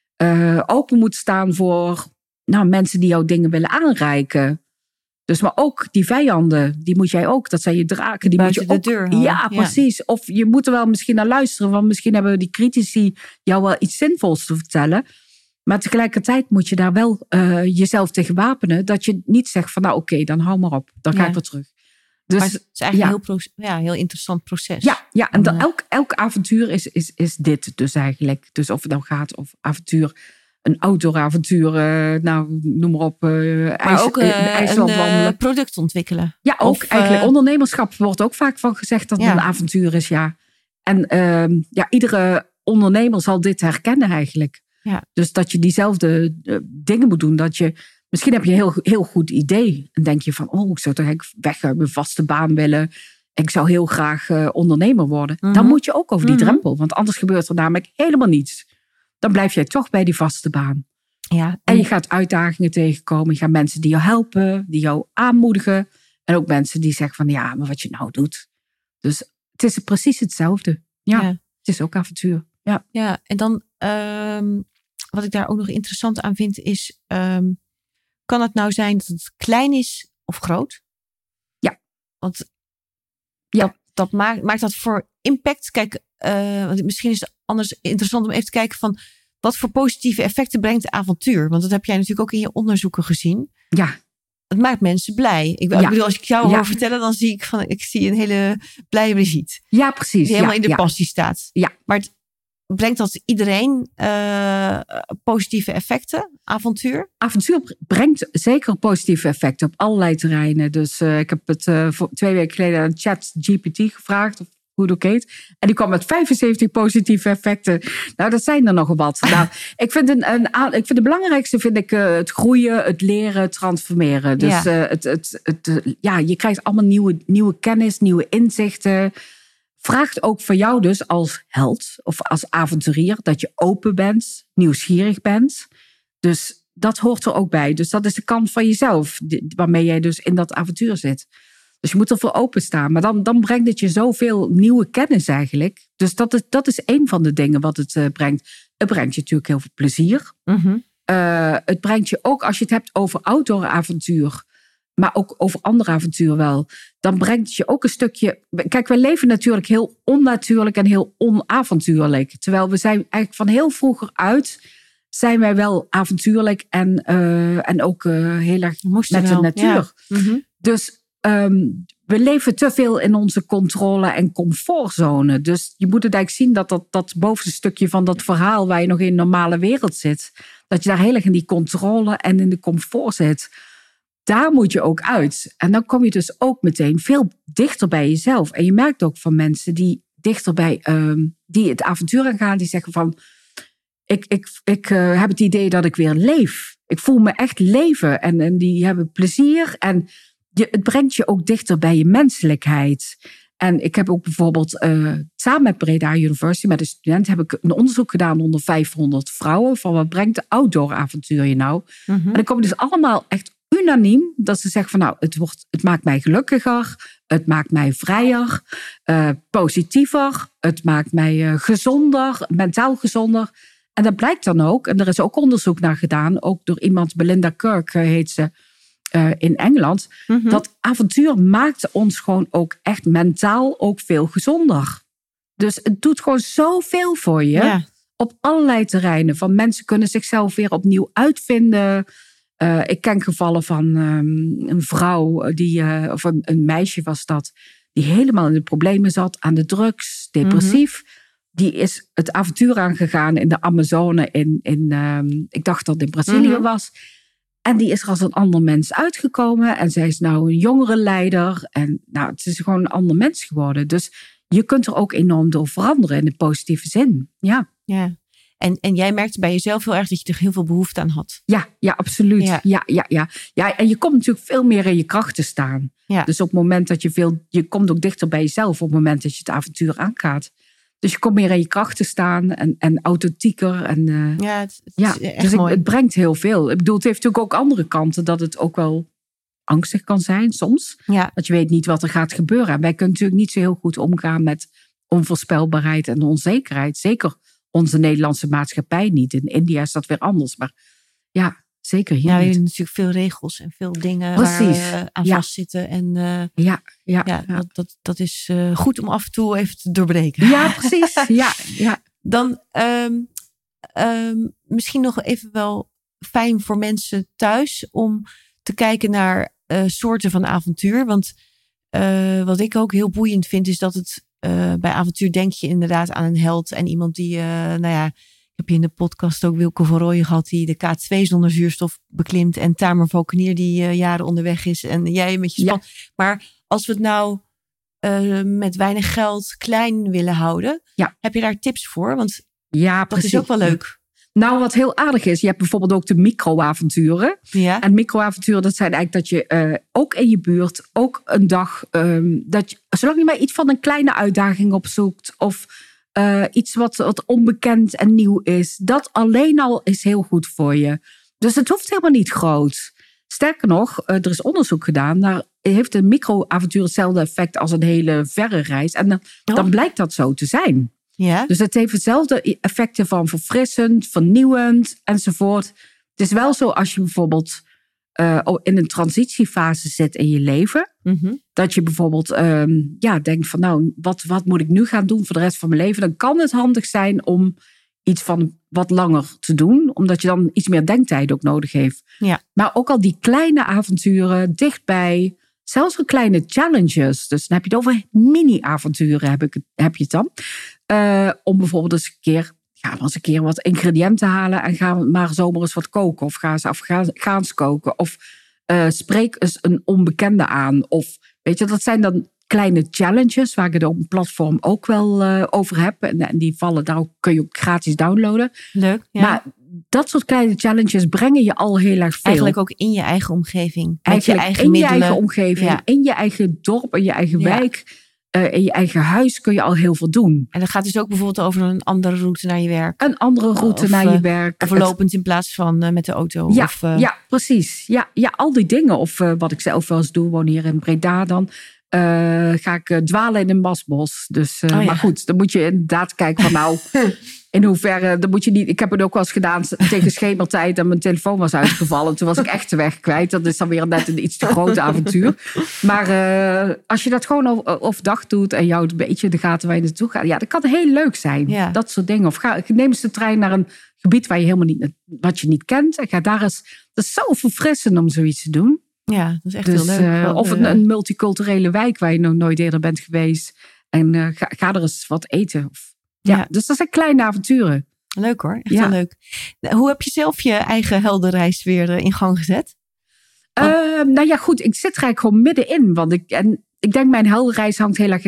Uh, open moet staan voor nou, mensen die jouw dingen willen aanreiken. Dus maar ook die vijanden, die moet jij ook, dat zijn je draken. Die buiten moet je ook, de deur houden. Ja, precies. Ja. Of je moet er wel misschien naar luisteren, want misschien hebben die critici jou wel iets zinvols te vertellen. Maar tegelijkertijd moet je daar wel uh, jezelf tegen wapenen, dat je niet zegt van nou oké, okay, dan hou maar op, dan ga ja. ik weer terug. Dus, maar het is eigenlijk ja. een heel, pro- ja, heel interessant proces. Ja, ja en dan, elk, elk avontuur is, is, is dit dus eigenlijk. Dus of het nou gaat over avontuur, een outdooravontuur, uh, nou noem maar op, uh, maar ijs, ook uh, uh, IJsland een wandelen. Uh, product ontwikkelen. Ja, ook of, eigenlijk uh, ondernemerschap wordt ook vaak van gezegd dat het ja. een avontuur is, ja. En uh, ja, iedere ondernemer zal dit herkennen eigenlijk. Ja. Dus dat je diezelfde uh, dingen moet doen, dat je misschien heb je een heel, heel goed idee. En denk je van, oh, ik zou toch eigenlijk weg uit mijn vaste baan willen. Ik zou heel graag uh, ondernemer worden. Mm-hmm. Dan moet je ook over die mm-hmm. drempel. Want anders gebeurt er namelijk helemaal niets. Dan blijf jij toch bij die vaste baan. Ja, en... en je gaat uitdagingen tegenkomen. Je gaat mensen die jou helpen, die jou aanmoedigen. En ook mensen die zeggen van, ja, maar wat je nou doet. Dus het is precies hetzelfde. Ja, ja. Het is ook avontuur. Ja, ja en dan, um, wat ik daar ook nog interessant aan vind, is... Um, kan het nou zijn dat het klein is of groot? Ja. Want ja. dat, dat maakt, maakt dat voor impact. Kijk, uh, want misschien is het anders interessant om even te kijken van wat voor positieve effecten brengt avontuur. Want dat heb jij natuurlijk ook in je onderzoeken gezien. Ja. Het maakt mensen blij. Ik, ja. ik bedoel, als ik jou ja. hoor vertellen, dan zie ik van, ik zie een hele blije Brigitte. Ja, precies. Die helemaal ja, in de ja. passie staat. Ja. Maar het, brengt dat iedereen uh, positieve effecten, avontuur? Avontuur brengt zeker positieve effecten op allerlei terreinen. Dus uh, ik heb het uh, voor twee weken geleden aan ChatGPT gevraagd, of hoe het ook heet. En die kwam met vijfenzeventig positieve effecten. Nou, dat zijn er nogal wat. Nou, ik vind, een, een, ik vind de belangrijkste vind ik uh, het groeien, het leren, het transformeren. Dus ja. Uh, het, het, het, het, ja, je krijgt allemaal nieuwe, nieuwe kennis, nieuwe inzichten. Vraagt ook van jou dus als held of als avonturier dat je open bent, nieuwsgierig bent. Dus dat hoort er ook bij. Dus dat is de kant van jezelf waarmee jij dus in dat avontuur zit. Dus je moet ervoor openstaan. Maar dan, dan brengt het je zoveel nieuwe kennis eigenlijk. Dus dat is, dat is een van de dingen wat het uh, brengt. Het brengt je natuurlijk heel veel plezier. Mm-hmm. Uh, het brengt je ook, als je het hebt over outdoor avontuur, maar ook over andere avonturen wel, dan brengt het je ook een stukje... Kijk, wij leven natuurlijk heel onnatuurlijk en heel onavontuurlijk. Terwijl we zijn eigenlijk van heel vroeger uit, zijn wij wel avontuurlijk en, uh, en ook uh, heel erg met wel. de natuur. Ja. Mm-hmm. Dus um, we leven te veel in onze controle en comfortzone. Dus je moet het eigenlijk zien dat dat, dat bovenste stukje van dat verhaal waar je nog in een normale wereld zit, dat je daar heel erg in die controle en in de comfort zit. Daar moet je ook uit. En dan kom je dus ook meteen veel dichter bij jezelf. En je merkt ook van mensen die dichter bij um, die het avontuur aangaan, die zeggen van, ik, ik, ik uh, heb het idee dat ik weer leef. Ik voel me echt leven. En, en die hebben plezier. En je, het brengt je ook dichter bij je menselijkheid. En ik heb ook bijvoorbeeld uh, samen met Breda University, met een student, heb ik een onderzoek gedaan onder vijfhonderd vrouwen. Van wat brengt de outdoor avontuur je nou? Mm-hmm. En dan komen dus allemaal echt unaniem dat ze zeggen van nou, het, wordt, het maakt mij gelukkiger, het maakt mij vrijer, uh, positiever, het maakt mij uh, gezonder, mentaal gezonder. En dat blijkt dan ook, en er is ook onderzoek naar gedaan, ook door iemand, Belinda Kirk uh, heet ze, uh, in Engeland, mm-hmm. dat avontuur maakt ons gewoon ook echt mentaal ook veel gezonder. Dus het doet gewoon zoveel voor je, ja. op allerlei terreinen. Van mensen kunnen zichzelf weer opnieuw uitvinden. Uh, ik ken gevallen van um, een vrouw, die, uh, of een, een meisje was dat, die helemaal in de problemen zat, aan de drugs, depressief. Mm-hmm. die is het avontuur aangegaan in de Amazone. In, in, um, ik dacht dat het in Brazilië mm-hmm. was. En die is er als een ander mens uitgekomen. En zij is nou een jongerenleider. En nou, het is gewoon een ander mens geworden. Dus je kunt er ook enorm door veranderen in de positieve zin. Ja. Ja. En, en jij merkte bij jezelf heel erg dat je er heel veel behoefte aan had. Ja, ja, absoluut. Ja. Ja, ja, ja. Ja, en je komt natuurlijk veel meer in je kracht te staan. Ja. Dus op het moment dat je veel... Je komt ook dichter bij jezelf op het moment dat je het avontuur aangaat. Dus je komt meer in je kracht te staan en, en authentieker. En, uh, ja, het, het ja, is echt dus mooi. Het, het brengt heel veel. Ik bedoel, het heeft natuurlijk ook andere kanten. Dat het ook wel angstig kan zijn soms. Ja. Dat je weet niet wat er gaat gebeuren. En wij kunnen natuurlijk niet zo heel goed omgaan met onvoorspelbaarheid en onzekerheid. Zeker onze Nederlandse maatschappij niet. In India is dat weer anders. Maar ja, zeker hier ja, we niet. hebben natuurlijk veel regels en veel dingen Precies. waar we aan ja. vastzitten. En uh, ja, ja, ja, ja. Dat, dat, dat is uh, goed om af en toe even te doorbreken. Ja, precies. ja, ja. Dan um, um, misschien nog even wel fijn voor mensen thuis om te kijken naar uh, soorten van avontuur. Want uh, wat ik ook heel boeiend vind is dat het uh, bij avontuur denk je inderdaad aan een held en iemand die, uh, nou ja, ik heb hier in de podcast ook Wilco van Rooyen gehad die de K twee zonder zuurstof beklimt en Tamer Valkenier die uh, jaren onderweg is en jij met je span. Ja. Maar als we het nou uh, met weinig geld klein willen houden, ja. heb je daar tips voor? Want ja, dat precies. is ook wel leuk. Nou, wat heel aardig is, je hebt bijvoorbeeld ook de micro-avonturen. Ja. En micro-avonturen, dat zijn eigenlijk dat je uh, ook in je buurt, ook een dag, um, dat je, zolang je maar iets van een kleine uitdaging opzoekt of uh, iets wat, wat onbekend en nieuw is, dat alleen al is heel goed voor je. Dus het hoeft helemaal niet groot. Sterker nog, uh, er is onderzoek gedaan, daar heeft een micro-avontuur hetzelfde effect als een hele verre reis. En dan, oh. dan blijkt dat zo te zijn. Ja. Dus het heeft hetzelfde effecten van verfrissend, vernieuwend enzovoort. Het is wel zo als je bijvoorbeeld uh, in een transitiefase zit in je leven. Mm-hmm. Dat je bijvoorbeeld um, ja, denkt van nou, wat, wat moet ik nu gaan doen voor de rest van mijn leven? Dan kan het handig zijn om iets van wat langer te doen. Omdat je dan iets meer denktijd ook nodig heeft. Ja. Maar ook al die kleine avonturen dichtbij. Zelfs ook kleine challenges. Dus dan heb je het over mini-avonturen heb, ik, heb je het dan. Uh, om bijvoorbeeld eens een keer, ga eens een keer wat ingrediënten halen en ga maar zomaar eens wat koken. Of ga eens Afghaans koken. Of uh, spreek eens een onbekende aan. Of weet je, dat zijn dan kleine challenges waar ik het op een platform ook wel uh, over heb. En, en die vallen daar ook, kun je ook gratis downloaden. Leuk, ja. Maar dat soort kleine challenges brengen je al heel erg veel. Eigenlijk ook in je eigen omgeving. Met je eigen in middelen. je eigen omgeving, ja. in je eigen dorp, in je eigen ja. wijk. Uh, in je eigen huis kun je al heel veel doen. En dat gaat dus ook bijvoorbeeld over een andere route naar je werk. Een andere route of, naar je werk. Of lopend in plaats van uh, met de auto. Ja, of, uh... ja precies. Ja, ja, al die dingen. Of uh, wat ik zelf wel eens doe, woon hier in Breda dan. Uh, ga ik uh, dwalen in een masbos. Dus, uh, oh, ja. Maar goed, dan moet je inderdaad kijken van nou... In hoeverre, dan moet je niet... Ik heb het ook wel eens gedaan tegen schemertijd en mijn telefoon was uitgevallen. Toen was ik echt de weg kwijt. Dat is dan weer net een iets te groot avontuur. Maar uh, als je dat gewoon overdag doet en jou een beetje in de gaten waar je naartoe gaat. Ja, dat kan heel leuk zijn. Ja. Dat soort dingen. Of ga, neem eens de trein naar een gebied waar je helemaal niet, wat je niet kent. En ga daar eens... Dat is zo verfrissend om zoiets te doen. Ja, dat is echt dus, heel leuk. Uh, of een, een multiculturele wijk waar je nog nooit eerder bent geweest. En uh, ga, ga er eens wat eten. Of, Ja, ja, dus dat zijn kleine avonturen. Leuk hoor, echt ja. wel leuk. Hoe heb je zelf je eigen heldenreis weer in gang gezet? Uh, nou ja, goed, ik zit er eigenlijk gewoon middenin. Want ik, en ik denk mijn heldenreis hangt heel erg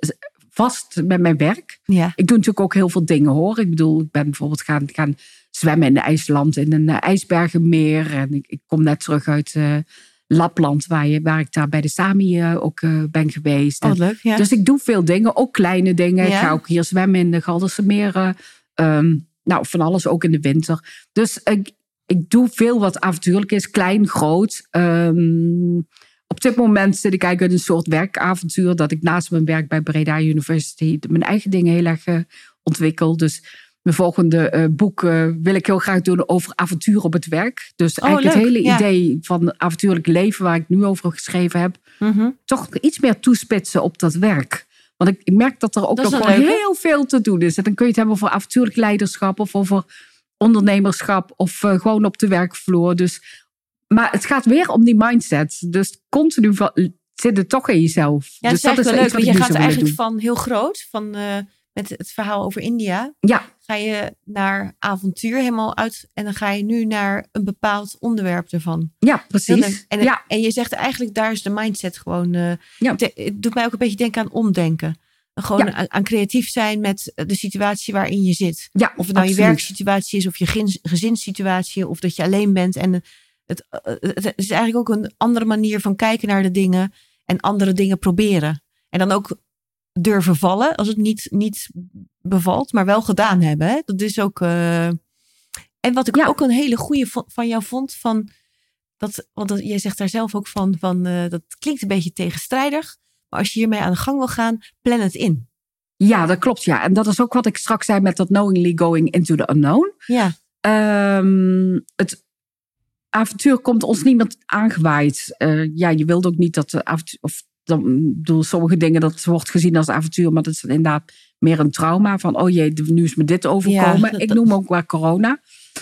vast met mijn werk. Ja. Ik doe natuurlijk ook heel veel dingen hoor. Ik bedoel, ik ben bijvoorbeeld gaan, gaan zwemmen in IJsland in een uh, ijsbergenmeer. En ik, ik kom net terug uit... Uh, Lapland, waar, je, waar ik daar bij de Sami uh, ook uh, ben geweest. Oh, leuk, ja. Dus ik doe veel dingen, ook kleine dingen. Ja. Ik ga ook hier zwemmen in de Gelderse meren. Um, nou, van alles, ook in de winter. Dus ik, ik doe veel wat avontuurlijk is, klein, groot. Um, op dit moment zit ik eigenlijk in een soort werkavontuur... dat ik naast mijn werk bij Breda University... mijn eigen dingen heel erg uh, ontwikkel. Dus... Mijn volgende uh, boek uh, wil ik heel graag doen over avontuur op het werk. Dus oh, eigenlijk leuk. het hele ja. idee van avontuurlijk leven... waar ik nu over geschreven heb... Mm-hmm. toch iets meer toespitsen op dat werk. Want ik, ik merk dat er ook dat nog gewoon leuk, heel veel te doen is. En dan kun je het hebben over avontuurlijk leiderschap... of over ondernemerschap of uh, gewoon op de werkvloer. Dus, maar het gaat weer om die mindset. Dus continu van, zit het toch in jezelf. Ja, dus dat is dat wel is leuk, want je gaat eigenlijk doen. van heel groot... van uh, met het verhaal over India. Ja. Ga je naar avontuur helemaal uit. En dan ga je nu naar een bepaald onderwerp ervan. Ja, precies. En, ja. en je zegt eigenlijk, daar is de mindset gewoon. Uh, ja. het, het doet mij ook een beetje denken aan omdenken. Gewoon ja. aan, aan creatief zijn met de situatie waarin je zit. Ja, of het nou absoluut. je werksituatie is of je gezinssituatie. Of dat je alleen bent. En het, het, het is eigenlijk ook een andere manier van kijken naar de dingen. En andere dingen proberen. En dan ook durven vallen als het niet, niet bevalt. Maar wel gedaan hebben. Hè? Dat is ook... Uh... En wat ik ja. ook een hele goede van jou vond. Van dat, want dat, jij zegt daar zelf ook van. van uh, dat klinkt een beetje tegenstrijdig. Maar als je hiermee aan de gang wil gaan, plan het in. Ja, dat klopt. Ja. En dat is ook wat ik straks zei met dat knowingly going into the unknown. Ja. Um, het avontuur komt ons niemand aangewaaid. Uh, ja, je wilt ook niet dat de avontuur... Of dan bedoel sommige dingen dat wordt gezien als avontuur, maar dat is inderdaad meer een trauma. Van, oh jee, nu is me dit overkomen. Ja, dat, ik noem ook maar corona.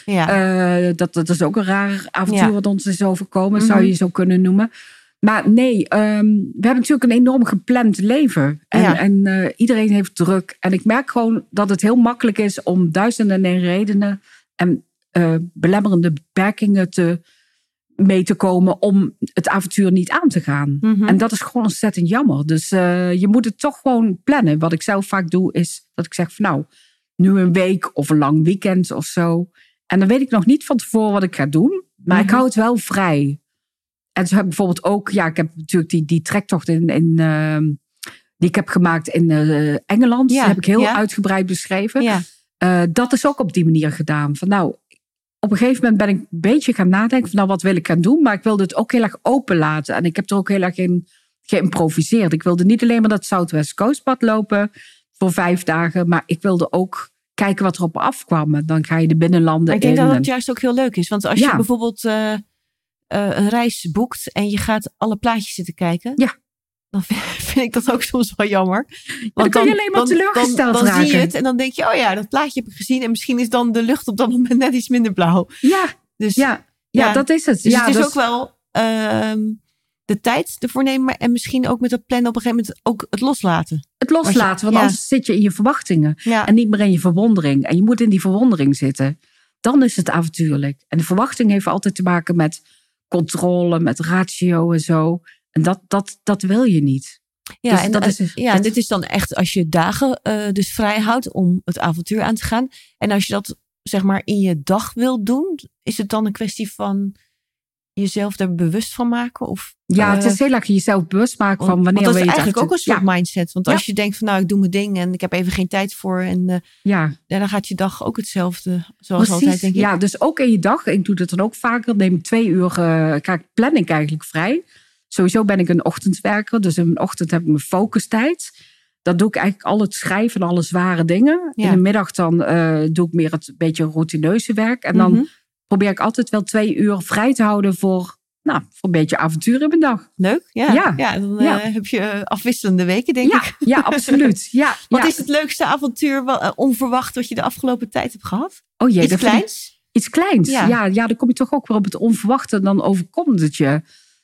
Ja. Uh, dat, dat is ook een raar avontuur ja. wat ons is overkomen, mm-hmm. zou je zo kunnen noemen. Maar nee, um, we hebben natuurlijk een enorm gepland leven. En, ja. en uh, iedereen heeft druk. En ik merk gewoon dat het heel makkelijk is om duizenden en redenen en uh, belemmerende beperkingen te, mee te komen om het avontuur niet aan te gaan. Mm-hmm. En dat is gewoon ontzettend jammer. Dus uh, je moet het toch gewoon plannen. Wat ik zelf vaak doe is dat ik zeg van nou, nu een week of een lang weekend of zo. En dan weet ik nog niet van tevoren wat ik ga doen. Maar mm-hmm. ik hou het wel vrij. En zo heb ik bijvoorbeeld ook, ja, ik heb natuurlijk die, die trektocht in, in uh, die ik heb gemaakt in uh, Engeland. Ja, dat heb ik heel ja. uitgebreid beschreven. Ja. Uh, dat is ook op die manier gedaan. Van nou, op een gegeven moment ben ik een beetje gaan nadenken van nou, wat wil ik gaan doen? Maar ik wilde het ook heel erg open laten. En ik heb er ook heel erg in geïmproviseerd. Ik wilde niet alleen maar dat Southwest Coastpad lopen voor vijf dagen. Maar ik wilde ook kijken wat er op afkwam. En dan ga je de binnenlanden in. Ik denk in. dat het juist ook heel leuk is. Want als ja. je bijvoorbeeld uh, uh, een reis boekt en je gaat alle plaatjes zitten kijken. Ja. Dan vind ik dat ook soms wel jammer. Want dan kan je alleen maar teleurgesteld dan, dan, dan raken. zie je het en dan denk je, oh ja, dat plaatje heb ik gezien. En misschien is dan de lucht op dat moment net iets minder blauw. Ja, dus, ja, ja, ja dat is het. Dus ja, het is dus... ook wel uh, de tijd ervoor nemen. En misschien ook met dat plannen op een gegeven moment ook het loslaten. Het loslaten, je, want ja. anders zit je in je verwachtingen. Ja. En niet meer in je verwondering. En je moet in die verwondering zitten. Dan is het avontuurlijk. En de verwachting heeft altijd te maken met controle, met ratio en zo. En dat, dat, dat wil je niet. Ja, dus en, dat is, ja dat... en dit is dan echt als je dagen uh, dus vrij houdt om het avontuur aan te gaan. En als je dat zeg maar in je dag wilt doen, is het dan een kwestie van jezelf daar bewust van maken? Of, ja, uh, het is heel erg jezelf bewust maken van wanneer want dat wil je is eigenlijk het ook een soort ja. mindset. Want ja. als je denkt van nou, ik doe mijn ding en ik heb even geen tijd voor. En uh, ja. ja, dan gaat je dag ook hetzelfde zoals Precies. altijd, denk ik. Ja, dus ook in je dag. Ik doe dat dan ook vaker. Neem ik twee uur, uh, kijk, plan ik eigenlijk vrij. Sowieso ben ik een ochtendwerker. Dus in mijn ochtend heb ik mijn focustijd. Dat doe ik eigenlijk al het schrijven en alle zware dingen. Ja. In de middag dan uh, doe ik meer het beetje routineuze werk. En dan mm-hmm. probeer ik altijd wel twee uur vrij te houden voor, nou, voor een beetje avontuur in mijn dag. Leuk, ja. Ja, ja dan ja. Uh, heb je afwisselende weken, denk ja, ik. Ja, absoluut. Ja, wat ja. is het leukste avontuur wat, uh, onverwacht wat je de afgelopen tijd hebt gehad? Oh jee, iets kleins? Ik, iets kleins, ja. Ja, ja. Dan kom je toch ook weer op het onverwachte. Dan overkomt het je.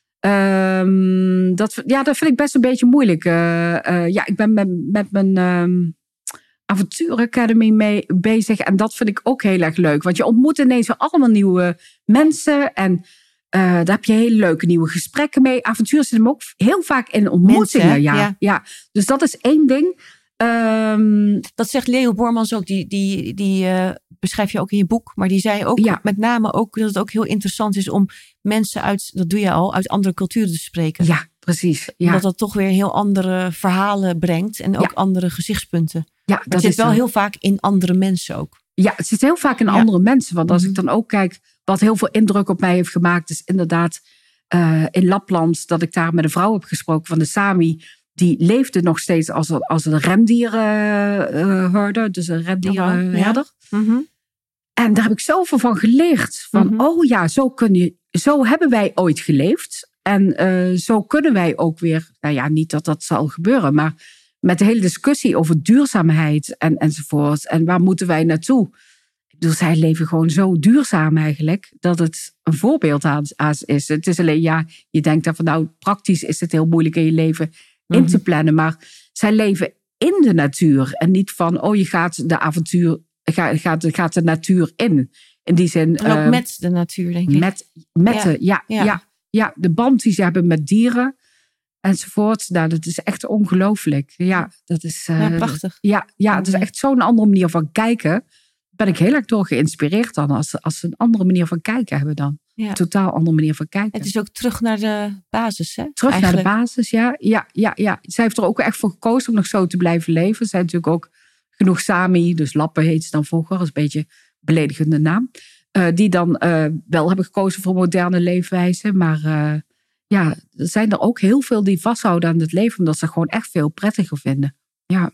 Um, dat, ja, dat vind ik best een beetje moeilijk. Uh, uh, ja, ik ben met, met mijn um, Avontuur Academy mee bezig. En dat vind ik ook heel erg leuk. Want je ontmoet ineens weer allemaal nieuwe mensen. En uh, daar heb je hele leuke nieuwe gesprekken mee. Avontuur zit hem ook heel vaak in ontmoetingen. Mensen, ja, ja. Ja. Dus dat is één ding. Um, dat zegt Leo Bormans ook. Die, die, die uh, beschrijf je ook in je boek. Maar die zei ook ja. met name ook dat het ook heel interessant is om mensen uit, dat doe je al, uit andere culturen te spreken. Ja, precies. Ja. Omdat dat toch weer heel andere verhalen brengt. En ook ja. andere gezichtspunten. Ja, dat het zit wel zo. Heel vaak in andere mensen ook. Ja, het zit heel vaak in ja. andere mensen. Want als mm-hmm. ik dan ook kijk, wat heel veel indruk op mij heeft gemaakt, is inderdaad uh, in Lapland, dat ik daar met een vrouw heb gesproken van de Sami. Die leefde nog steeds als een, als een rendierenherder. Uh, dus een rendierenherder. Ja. Mm-hmm. En daar heb ik zoveel van geleerd. Van, mm-hmm. oh ja, zo, kun je, zo hebben wij ooit geleefd. En uh, zo kunnen wij ook weer, nou ja, niet dat dat zal gebeuren, maar met de hele discussie over duurzaamheid en, enzovoort. En waar moeten wij naartoe? Ik bedoel, zij leven gewoon zo duurzaam eigenlijk, dat het een voorbeeld aan, aan is. Het is alleen, ja, je denkt dan van, nou, praktisch is het heel moeilijk in je leven in te plannen. Maar zij leven in de natuur. En niet van, oh, je gaat de avontuur, gaat, gaat, gaat de natuur in. In die zin. En ook uh, met de natuur, denk ik. Met, met ja. de, ja, ja. Ja, ja, de band die ze hebben met dieren enzovoort. Nou, dat is echt ongelooflijk. Ja, dat is. Uh, ja, prachtig. Ja, ja, het is echt zo'n andere manier van kijken. Ben ik heel erg door geïnspireerd dan. Als, als ze een andere manier van kijken hebben dan. Ja. Een totaal andere manier van kijken. Het is ook terug naar de basis, hè? Terug Eigenlijk. naar de basis, ja. ja, ja, ja. Zij heeft er ook echt voor gekozen om nog zo te blijven leven. Er zijn natuurlijk ook genoeg Sami, dus Lappen heet ze dan vroeger. Dat is een beetje een beledigende naam. Uh, die dan uh, wel hebben gekozen voor moderne leefwijze. Maar uh, ja, er zijn er ook heel veel die vasthouden aan het leven. Omdat ze gewoon echt veel prettiger vinden. Ja.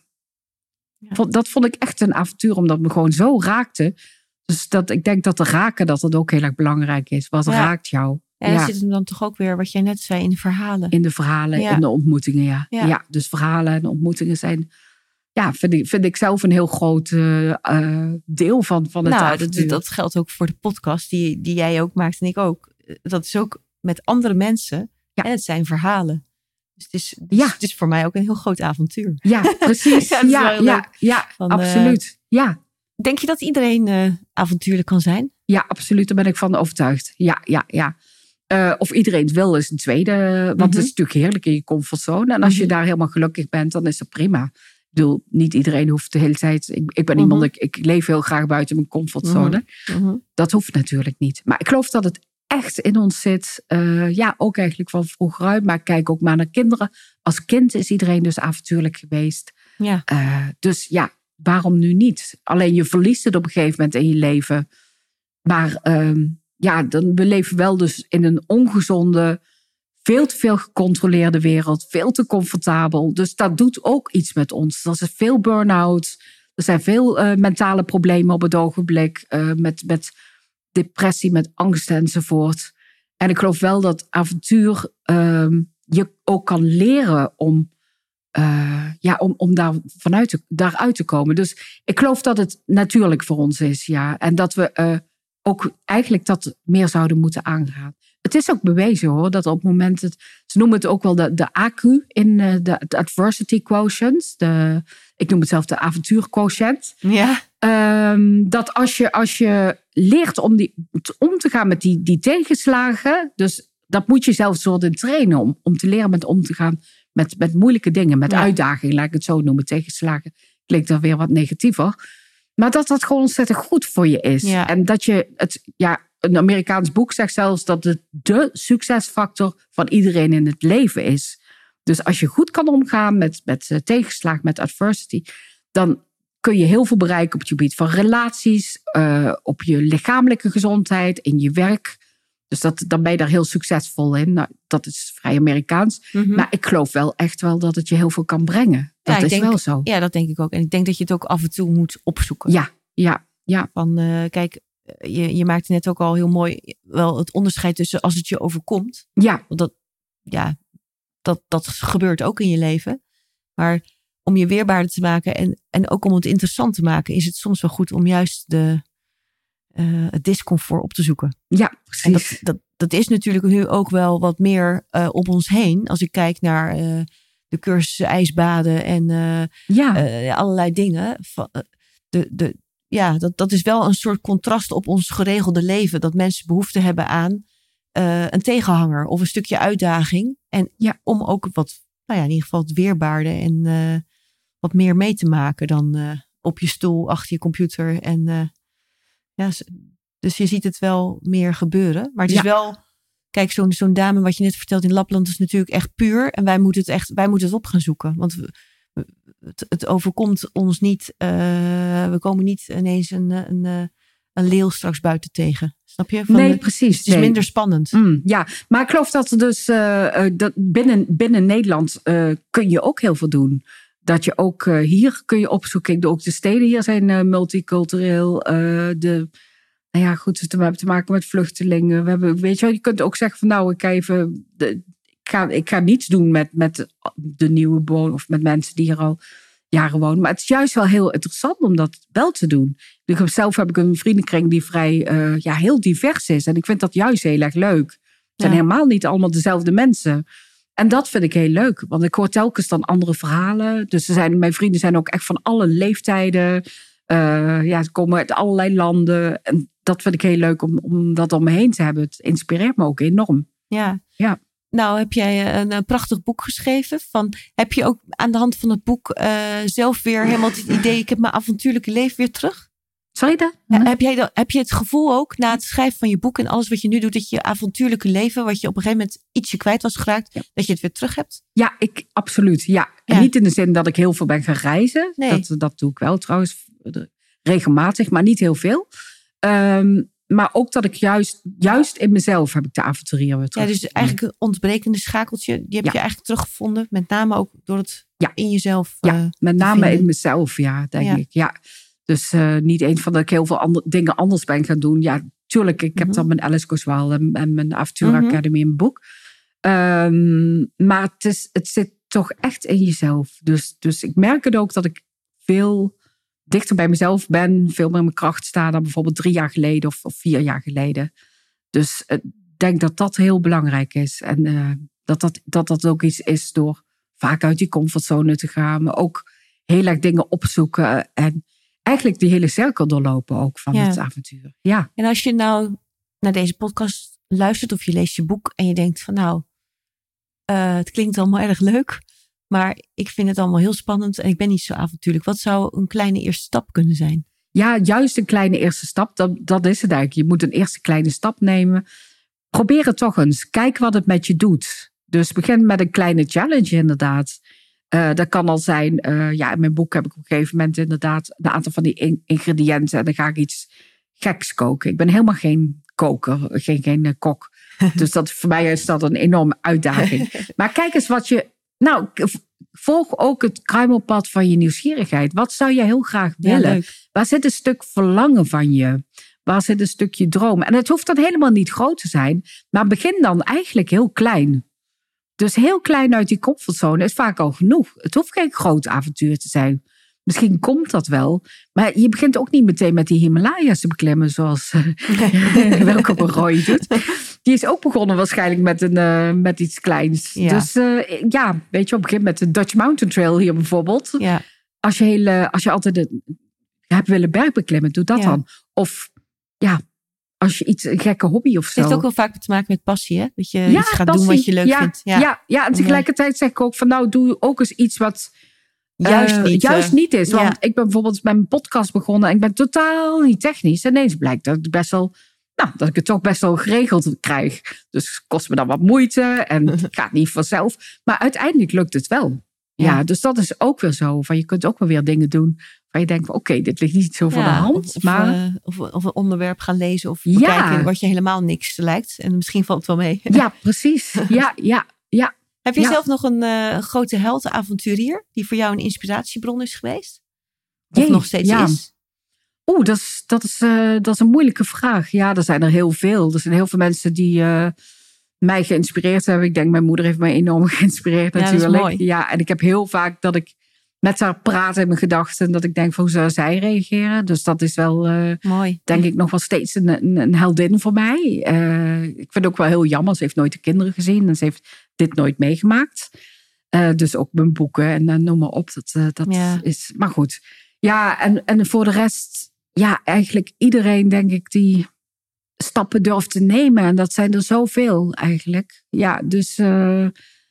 Ja. Dat vond ik echt een avontuur, omdat het me gewoon zo raakte. Dus dat, ik denk dat de raken, dat dat ook heel erg belangrijk is. Wat ja. raakt jou? Ja, ja. Zit hem dan toch ook weer, wat jij net zei, in de verhalen. In de verhalen, ja. in de ontmoetingen, ja. ja. Ja, dus verhalen en ontmoetingen zijn, ja, vind ik, vind ik zelf een heel groot uh, deel van, van het nou, avontuur. Dat, dat geldt ook voor de podcast die, die jij ook maakt en ik ook. Dat is ook met andere mensen ja. en het zijn verhalen. Dus het is, dus ja. het is voor mij ook een heel groot avontuur. Ja, precies. ja, ja, ja, ja van, absoluut. Uh, ja. Denk je dat iedereen uh, avontuurlijk kan zijn? Ja, absoluut. Daar ben ik van overtuigd. Ja, ja, ja. Uh, of iedereen het wil is een tweede. Want mm-hmm. het is natuurlijk heerlijk in je comfortzone. En als mm-hmm. je daar helemaal gelukkig bent, dan is dat prima. Ik bedoel, niet iedereen hoeft de hele tijd... Ik, ik ben mm-hmm. iemand, ik, ik leef heel graag buiten mijn comfortzone. Mm-hmm. Dat hoeft natuurlijk niet. Maar ik geloof dat het echt in ons zit. Uh, ja, ook eigenlijk van vroeger uit. Maar kijk ook maar naar kinderen. Als kind is iedereen dus avontuurlijk geweest. Ja. Uh, dus ja, waarom nu niet? Alleen je verliest het op een gegeven moment in je leven. Maar um, ja, dan, we leven wel dus in een ongezonde, veel te veel gecontroleerde wereld. Veel te comfortabel. Dus dat doet ook iets met ons. Er is veel burn-out. Er zijn veel uh, mentale problemen op het ogenblik. Uh, met, met depressie, met angst enzovoort. En ik geloof wel dat avontuur um, je ook kan leren om... Uh, ja, om, om daar vanuit te, daaruit te komen. Dus ik geloof dat het natuurlijk voor ons is, ja. En dat we uh, ook eigenlijk dat meer zouden moeten aangaan. Het is ook bewezen hoor, dat op het moment... Het, ze noemen het ook wel de, de A Q in uh, de, de adversity quotient. De, ik noem het zelf de avontuurquotient. Ja. Um, dat als je, als je leert om, die, om te gaan met die, die tegenslagen... Dus dat moet je zelf soort in trainen om, om te leren met om te gaan... Met, met moeilijke dingen, met ja. uitdagingen, laat ik het zo noemen. Tegenslagen klinkt dan weer wat negatiever. Maar dat dat gewoon ontzettend goed voor je is. Ja. En dat je het, ja, een Amerikaans boek zegt zelfs dat het de succesfactor van iedereen in het leven is. Dus als je goed kan omgaan met, met tegenslag, met adversity, dan kun je heel veel bereiken op het gebied van relaties, uh, op je lichamelijke gezondheid, in je werk. Dus dat, dan ben je daar heel succesvol in. Nou, dat is vrij Amerikaans. Mm-hmm. Maar ik geloof wel echt wel dat het je heel veel kan brengen. Dat ja, is denk, wel zo. Ja, dat denk ik ook. En ik denk dat je het ook af en toe moet opzoeken. Ja, ja, ja. Van, uh, kijk, je, je maakte net ook al heel mooi wel het onderscheid tussen als het je overkomt. Ja. Want dat, ja, dat, dat gebeurt ook in je leven. Maar om je weerbaarder te maken en, en ook om het interessant te maken, is het soms wel goed om juist de... Uh, het discomfort op te zoeken. Ja, precies. En dat, dat, dat is natuurlijk nu ook wel wat meer uh, op ons heen. Als ik kijk naar uh, de cursussen ijsbaden en uh, ja. uh, allerlei dingen. De, de, ja, dat, dat is wel een soort contrast op ons geregelde leven. Dat mensen behoefte hebben aan uh, een tegenhanger of een stukje uitdaging. En ja. om ook wat, nou ja, in ieder geval het weerbaarde en uh, wat meer mee te maken dan uh, op je stoel achter je computer en... Uh, Ja, dus je ziet het wel meer gebeuren. Maar het is ja. wel... Kijk, zo'n, zo'n dame wat je net vertelt in Lapland is natuurlijk echt puur. En wij moeten het echt wij moeten het op gaan zoeken. Want we, het, het overkomt ons niet. Uh, we komen niet ineens een, een, een leeuw straks buiten tegen. Snap je? Van nee, de, precies. Het is nee. minder spannend. Mm, ja, maar ik geloof dat er dus uh, dat binnen, binnen Nederland uh, kun je ook heel veel doen. Dat je ook uh, hier kun je opzoeken. Ook de steden hier zijn uh, multicultureel. Uh, de, nou ja, goed, we hebben te maken met vluchtelingen. We hebben, weet je wel, je kunt ook zeggen van nou, ik ga even, de, ik, ga, ik ga niets doen met, met de nieuwe bewoners of met mensen die hier al jaren wonen. Maar het is juist wel heel interessant om dat wel te doen. Dus zelf heb ik een vriendenkring die vrij, uh, ja, heel divers is. En ik vind dat juist heel erg leuk. Het zijn ja. helemaal niet allemaal dezelfde mensen. En dat vind ik heel leuk. Want ik hoor telkens dan andere verhalen. Dus er zijn, mijn vrienden zijn ook echt van alle leeftijden. Uh, ja, ze komen uit allerlei landen. En dat vind ik heel leuk om, om dat om me heen te hebben. Het inspireert me ook enorm. Ja. ja. Nou, heb jij een, een prachtig boek geschreven. Van, heb je ook aan de hand van het boek uh, zelf weer helemaal het idee... ik heb mijn avontuurlijke leven weer terug? Sorry dat? Ja, heb, jij dan, heb je het gevoel ook na het schrijven van je boek... en alles wat je nu doet, dat je avontuurlijke leven... wat je op een gegeven moment ietsje kwijt was geraakt... Ja. dat je het weer terug hebt? Ja, ik, absoluut. Ja. Ja. En niet in de zin dat ik heel veel ben gaan reizen. Nee. Dat, dat doe ik wel trouwens regelmatig, maar niet heel veel. Um, maar ook dat ik juist, juist in mezelf heb ik de avonturier weer terug. Ja, dus eigenlijk een ontbrekende schakeltje... die heb ja. je eigenlijk teruggevonden. Met name ook door het ja. in jezelf Ja, uh, met name in mezelf, ja, denk ja. ik. Ja. Dus uh, niet eens van dat ik heel veel andere dingen anders ben gaan doen. Ja, tuurlijk, ik heb mm-hmm. dan mijn Alice Goes Wild en, en mijn Avontuur mm-hmm. Academy in mijn boek. Um, maar het, is, het zit toch echt in jezelf. Dus, dus ik merk het ook dat ik veel dichter bij mezelf ben. Veel meer in mijn kracht sta dan bijvoorbeeld drie jaar geleden of, of vier jaar geleden. Dus ik uh, denk dat dat heel belangrijk is. En uh, dat, dat, dat dat ook iets is door vaak uit die comfortzone te gaan. Maar ook heel erg dingen opzoeken en eigenlijk die hele cirkel doorlopen ook van ja. het avontuur. Ja. En als je nou naar deze podcast luistert of je leest je boek en je denkt van nou, uh, het klinkt allemaal erg leuk, maar ik vind het allemaal heel spannend en ik ben niet zo avontuurlijk. Wat zou een kleine eerste stap kunnen zijn? Ja, juist een kleine eerste stap. Dat, dat is het eigenlijk. Je moet een eerste kleine stap nemen. Probeer het toch eens. Kijk wat het met je doet. Dus begin met een kleine challenge inderdaad. Uh, dat kan al zijn, uh, ja, in mijn boek heb ik op een gegeven moment inderdaad een aantal van die in- ingrediënten. En dan ga ik iets geks koken. Ik ben helemaal geen koker, geen, geen uh, kok. Dus dat, voor mij is dat een enorme uitdaging. Maar kijk eens wat je... Nou, volg ook het kruimelpad van je nieuwsgierigheid. Wat zou je heel graag willen? Ja, waar zit een stuk verlangen van je? Waar zit een stukje droom? En het hoeft dan helemaal niet groot te zijn. Maar begin dan eigenlijk heel klein. Dus heel klein uit die comfortzone is vaak al genoeg. Het hoeft geen groot avontuur te zijn. Misschien komt dat wel. Maar je begint ook niet meteen met die Himalaya's te beklimmen. Zoals uh, Welkom Roy doet. Die is ook begonnen waarschijnlijk met, een, uh, met iets kleins. Ja. Dus uh, ja, weet je, op een gegeven moment met de Dutch Mountain Trail hier bijvoorbeeld. Ja. Als, je hele, als je altijd de, hebt willen bergbeklimmen, doe dat ja. dan. Of ja... Als je iets, een gekke hobby of zo. Het heeft ook wel vaak te maken met passie, hè? Dat je ja, iets gaat doen wat je leuk ja, vindt. Ja, ja, ja, en tegelijkertijd zeg ik ook van nou, doe ook eens iets wat juist, uh, niet, juist uh, niet is. Want ja. ik ben bijvoorbeeld met mijn podcast begonnen en ik ben totaal niet technisch. En ineens blijkt dat ik best wel, nou, dat ik het toch best wel geregeld krijg. Dus het kost me dan wat moeite en het gaat niet vanzelf. Maar uiteindelijk lukt het wel. Ja, ja, dus dat is ook weer zo. Van je kunt ook wel weer dingen doen waar je denkt, oké, okay, dit ligt niet zo voor ja, de hand. Of, maar... uh, of, of een onderwerp gaan lezen of bekijken ja. wat je helemaal niks lijkt. En misschien valt het wel mee. Ja, precies. Ja, ja, ja. Heb je ja. zelf nog een uh, grote held, avonturier, die voor jou een inspiratiebron is geweest? Of Jee, nog steeds ja. is? Oeh, dat is, dat, is, uh, dat is een moeilijke vraag. Ja, er zijn er heel veel. Er zijn heel veel mensen die... Uh, mij geïnspireerd hebben. Ik denk, mijn moeder heeft mij enorm geïnspireerd ja, natuurlijk. Dat is mooi. Ja, en ik heb heel vaak dat ik met haar praat in mijn gedachten. Dat ik denk, hoe zou zij reageren? Dus dat is wel, uh, mooi. denk ik, nog wel steeds een, een, een heldin voor mij. Uh, ik vind het ook wel heel jammer. Ze heeft nooit de kinderen gezien. En ze heeft dit nooit meegemaakt. Uh, dus ook mijn boeken en uh, noem maar op. Dat, uh, dat ja. is, maar goed. Ja, en, en voor de rest, ja, eigenlijk iedereen, denk ik, die stappen durft te nemen. En dat zijn er zoveel eigenlijk. Ja, dus uh,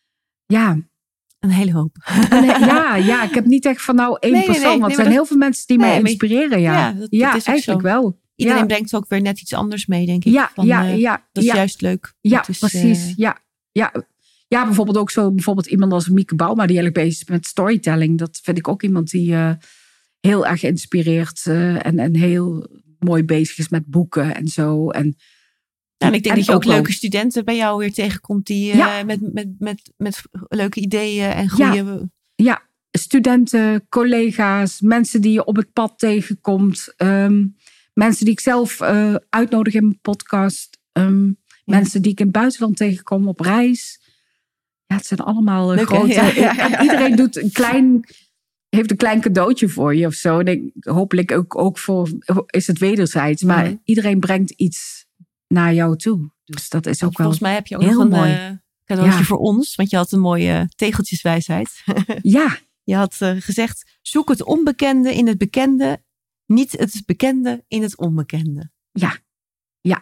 ja. Een hele hoop. En, ja, ja, ik heb niet echt van nou één nee, persoon. Nee, nee, want nee, er zijn dat, heel veel mensen die nee, mij inspireren. Ja, ja, dat, ja dat eigenlijk zo. wel. Iedereen ja. brengt ook weer net iets anders mee, denk ik. Ja, van, ja, uh, ja. Dat is ja. juist leuk. Ja, is, precies. Uh, ja, ja. ja, bijvoorbeeld ook zo bijvoorbeeld iemand als Mieke Bouma, die eigenlijk bezig is met storytelling. Dat vind ik ook iemand die uh, heel erg inspireert. Uh, en, en heel mooi bezig is met boeken en zo. En Ja, en ik denk en dat je ook, ook leuke wel. studenten bij jou weer tegenkomt die uh, ja. met, met, met, met leuke ideeën en goede... Ja, ja. Studenten, collega's, mensen die je op het pad tegenkomt. Um, mensen die ik zelf uh, uitnodig in mijn podcast. Um, ja. Mensen die ik in het buitenland tegenkom op reis. Ja, het zijn allemaal uh, grote... Ja, ja, ja. Iedereen doet een klein... heeft een klein cadeautje voor je of zo. En ik, hopelijk ook, ook voor... is het wederzijds. Maar mm. iedereen brengt iets naar jou toe. Dus dat is ook Volgens wel mij heb je ook heel nog een, mooi. Uh, cadeautje Ja. voor ons. Want je had een mooie tegeltjeswijsheid. Ja, Je had uh, gezegd, zoek het onbekende in het bekende. Niet het bekende in het onbekende. ja, ja.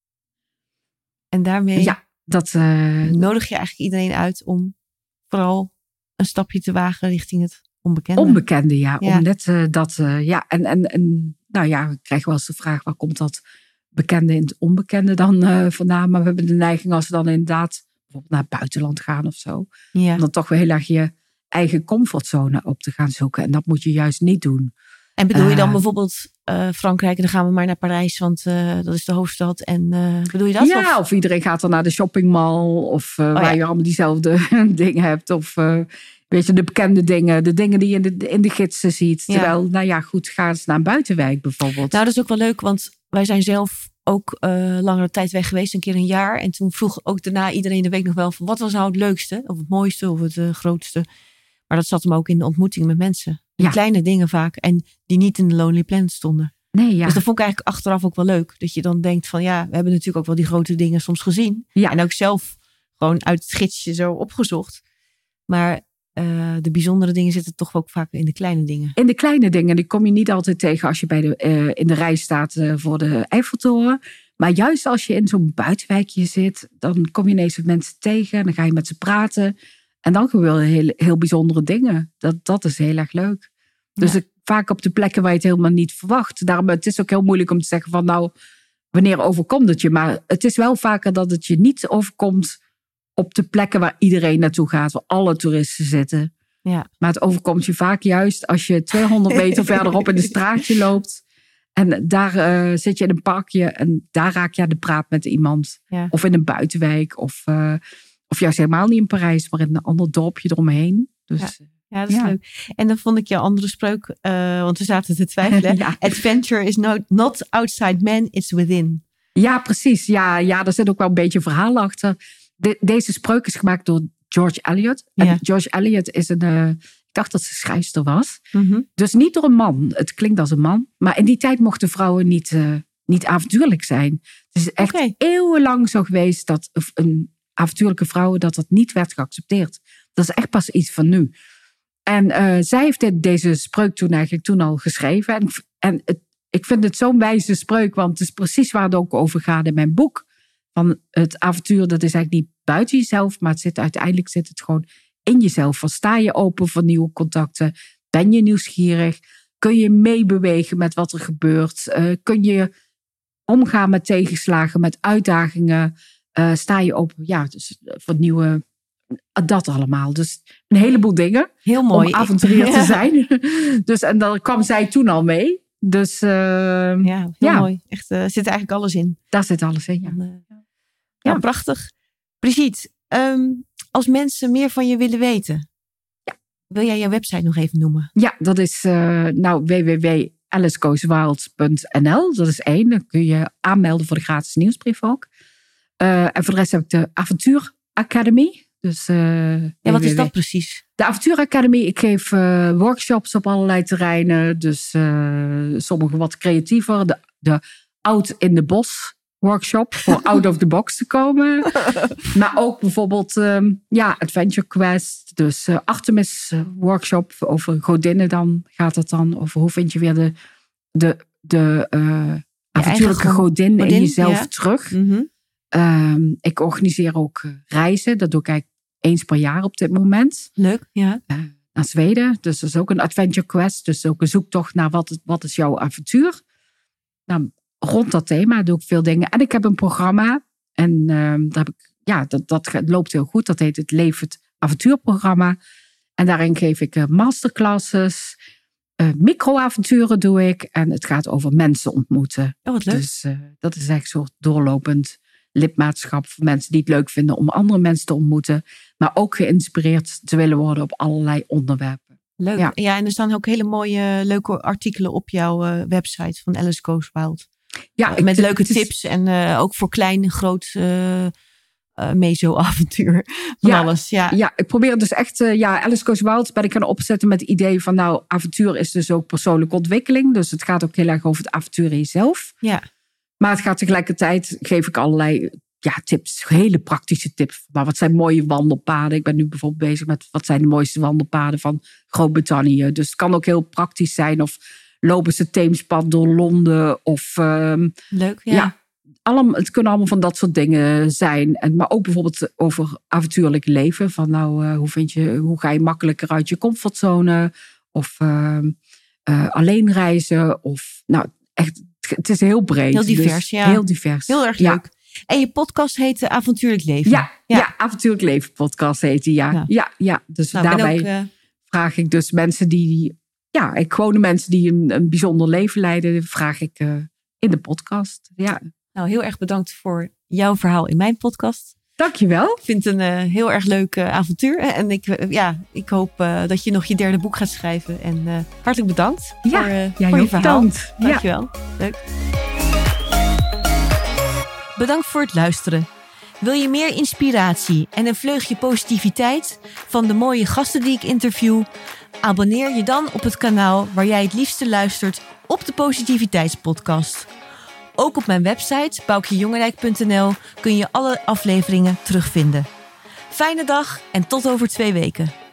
En daarmee Ja, dat... Uh, nodig je eigenlijk iedereen uit om vooral een stapje te wagen richting het onbekende. Onbekende, ja. Ja. Om net uh, dat... Uh, ja, en, en, en nou ja, we krijgen wel eens de vraag, waar komt dat bekende in het onbekende dan uh, vandaan? Maar we hebben de neiging als we dan inderdaad bijvoorbeeld naar het buitenland gaan of zo. Ja. Om dan toch weer heel erg je eigen comfortzone op te gaan zoeken. En dat moet je juist niet doen. En bedoel je dan Uh, bijvoorbeeld uh, Frankrijk, en dan gaan we maar naar Parijs, want uh, dat is de hoofdstad. En uh, bedoel je dat? Ja, of? of iedereen gaat dan naar de shoppingmall. Of uh, oh, waar ja. je allemaal diezelfde dingen hebt. Of uh, weet je, de bekende dingen. De dingen die je in de, in de gidsen ziet. Ja. Terwijl, nou ja, goed, ga eens naar een buitenwijk bijvoorbeeld. Nou, dat is ook wel leuk, want wij zijn zelf ook uh, langere tijd weg geweest. Een keer een jaar. En toen vroeg ook daarna iedereen de week nog wel van, wat was nou het leukste? Of het mooiste of het uh, grootste? Maar dat zat hem ook in de ontmoetingen met mensen. Die Ja. kleine dingen vaak. En die niet in de Lonely Planet stonden. Nee, ja. Dus dat vond ik eigenlijk achteraf ook wel leuk. Dat je dan denkt van ja, we hebben natuurlijk ook wel die grote dingen soms gezien. Ja. En ook zelf gewoon uit het gidsje zo opgezocht. Maar uh, de bijzondere dingen zitten toch ook vaak in de kleine dingen. In de kleine dingen, die kom je niet altijd tegen als je bij de, uh, in de rij staat uh, voor de Eiffeltoren. Maar juist als je in zo'n buitenwijkje zit, dan kom je ineens met mensen tegen. En dan ga je met ze praten. En dan gebeuren heel, heel bijzondere dingen. Dat, dat is heel erg leuk. Dus Ja. ik, vaak op de plekken waar je het helemaal niet verwacht. Daarom het is ook heel moeilijk om te zeggen van nou, wanneer overkomt het je? Maar het is wel vaker dat het je niet overkomt op de plekken waar iedereen naartoe gaat. Waar alle toeristen zitten. Ja. Maar het overkomt je vaak juist als je tweehonderd meter verderop in een straatje loopt. En daar uh, zit je in een parkje en daar raak je aan de praat met iemand. Ja. Of in een buitenwijk. Of, uh, of juist helemaal niet in Parijs, maar in een ander dorpje eromheen. Dus, Ja. Ja, dat is Ja. leuk. En dan vond ik je andere spreuk, uh, want we zaten te twijfelen. Ja. Adventure is no, not outside man, it's within. Ja, precies. Ja, ja, daar zit ook wel een beetje een verhaal achter. De, deze spreuk is gemaakt door George Eliot. En Ja. George Eliot is een... Uh, ik dacht dat ze schrijfster was. Mm-hmm. Dus niet door een man. Het klinkt als een man. Maar in die tijd mochten vrouwen niet, uh, niet avontuurlijk zijn. Het is echt Okay. eeuwenlang zo geweest dat een avontuurlijke vrouw dat dat niet werd geaccepteerd. Dat is echt pas iets van nu. En uh, zij heeft dit, deze spreuk toen eigenlijk toen al geschreven. En, en het, ik vind het zo'n wijze spreuk, want het is precies waar het ook over gaat in mijn boek. Van het avontuur, dat is eigenlijk niet buiten jezelf, maar het zit, uiteindelijk zit het gewoon in jezelf. Van, sta je open voor nieuwe contacten? Ben je nieuwsgierig? Kun je meebewegen met wat er gebeurt? Uh, kun je omgaan met tegenslagen, met uitdagingen? Uh, sta je open ja, dus voor nieuwe... Dat allemaal. Dus een heleboel dingen. Heel mooi. Om avonturier te Ja. zijn. Dus, en daar kwam zij toen al mee. Dus uh, Ja, heel ja. mooi. Echt, uh, zit er eigenlijk alles in. Daar zit alles in, ja. Dan, uh, ja, Ja. prachtig. Brigitte, um, als mensen meer van je willen weten, Ja. wil jij je website nog even noemen? Ja, dat is uh, nou w w w punt alice goes wild punt n l. Dat is één. Dan kun je aanmelden voor de gratis nieuwsbrief ook. Uh, en voor de rest heb ik de Avontuur Academy. Dus, uh, ja, wat is dat precies? De Avontuur Academy. Ik geef uh, workshops op allerlei terreinen. Dus uh, sommige wat creatiever. De, de Out in the Bos workshop. Voor out of the box te komen. Maar ook bijvoorbeeld um, ja, Adventure Quest. Dus uh, Artemis workshop. Over godinnen dan gaat het dan. Over hoe vind je weer de, de, de uh, avontuurlijke godin, godin in jezelf ja. terug. Mm-hmm. Um, ik organiseer ook reizen. Dat doe ik eigenlijk eens per jaar op dit moment. Leuk, ja. Uh, naar Zweden. Dus dat is ook een adventure quest. Dus ook een zoektocht naar wat, wat is jouw avontuur. Nou, rond dat thema doe ik veel dingen. En ik heb een programma. En uh, daar heb ik, ja, dat, dat loopt heel goed. Dat heet het Leef het Avontuurprogramma. En daarin geef ik uh, masterclasses. Uh, micro-avonturen doe ik. En het gaat over mensen ontmoeten. Oh, wat leuk. Dus uh, dat is echt een soort doorlopend lidmaatschap voor mensen die het leuk vinden om andere mensen te ontmoeten. Maar ook geïnspireerd te willen worden op allerlei onderwerpen. Leuk. Ja, ja en er staan ook hele mooie, leuke artikelen op jouw uh, website van Alice Goes Wild. Ja, uh, ik, met leuke is, tips en uh, ook voor klein en groot uh, uh, mezo-avontuur. Van ja, alles. Ja. ja, ik probeer dus echt, uh, ja, Alice Goes Wild ben ik gaan opzetten met het idee van nou, avontuur is dus ook persoonlijke ontwikkeling. Dus het gaat ook heel erg over het avontuur in jezelf. Ja. Maar het gaat tegelijkertijd, geef ik allerlei ja, tips, hele praktische tips. Nou, wat zijn mooie wandelpaden? Ik ben nu bijvoorbeeld bezig met wat zijn de mooiste wandelpaden van Groot-Brittannië. Dus het kan ook heel praktisch zijn. Of lopen ze Theemspad door Londen. Of, um, Leuk, ja. ja allemaal, het kunnen allemaal van dat soort dingen zijn. En, maar ook bijvoorbeeld over avontuurlijk leven. Van nou, uh, hoe, vind je, hoe ga je makkelijker uit je comfortzone? Of uh, uh, alleen reizen. Of nou, echt, het is heel breed. Heel divers, dus ja. Heel divers. Heel erg ja. leuk. En je podcast heet uh, Avontuurlijk Leven. Ja, ja. ja, Avontuurlijk Leven podcast heet die, ja. ja. ja, ja. Dus nou, daarbij ook, uh... vraag ik dus mensen die... Ja, ik gewone mensen die een, een bijzonder leven leiden... vraag ik uh, in de podcast, ja. Nou, heel erg bedankt voor jouw verhaal in mijn podcast. Dankjewel. Ik vind het een uh, heel erg leuk uh, avontuur. En ik, uh, ja, ik hoop uh, dat je nog je derde boek gaat schrijven. En uh, hartelijk bedankt ja, voor, uh, ja, voor je verhaal. Bedankt. Dankjewel. Ja. Leuk. Bedankt voor het luisteren. Wil je meer inspiratie en een vleugje positiviteit van de mooie gasten die ik interview? Abonneer je dan op het kanaal waar jij het liefste luistert op de Positiviteitspodcast. Ook op mijn website boukjejongerijk punt n l kun je alle afleveringen terugvinden. Fijne dag en tot over twee weken.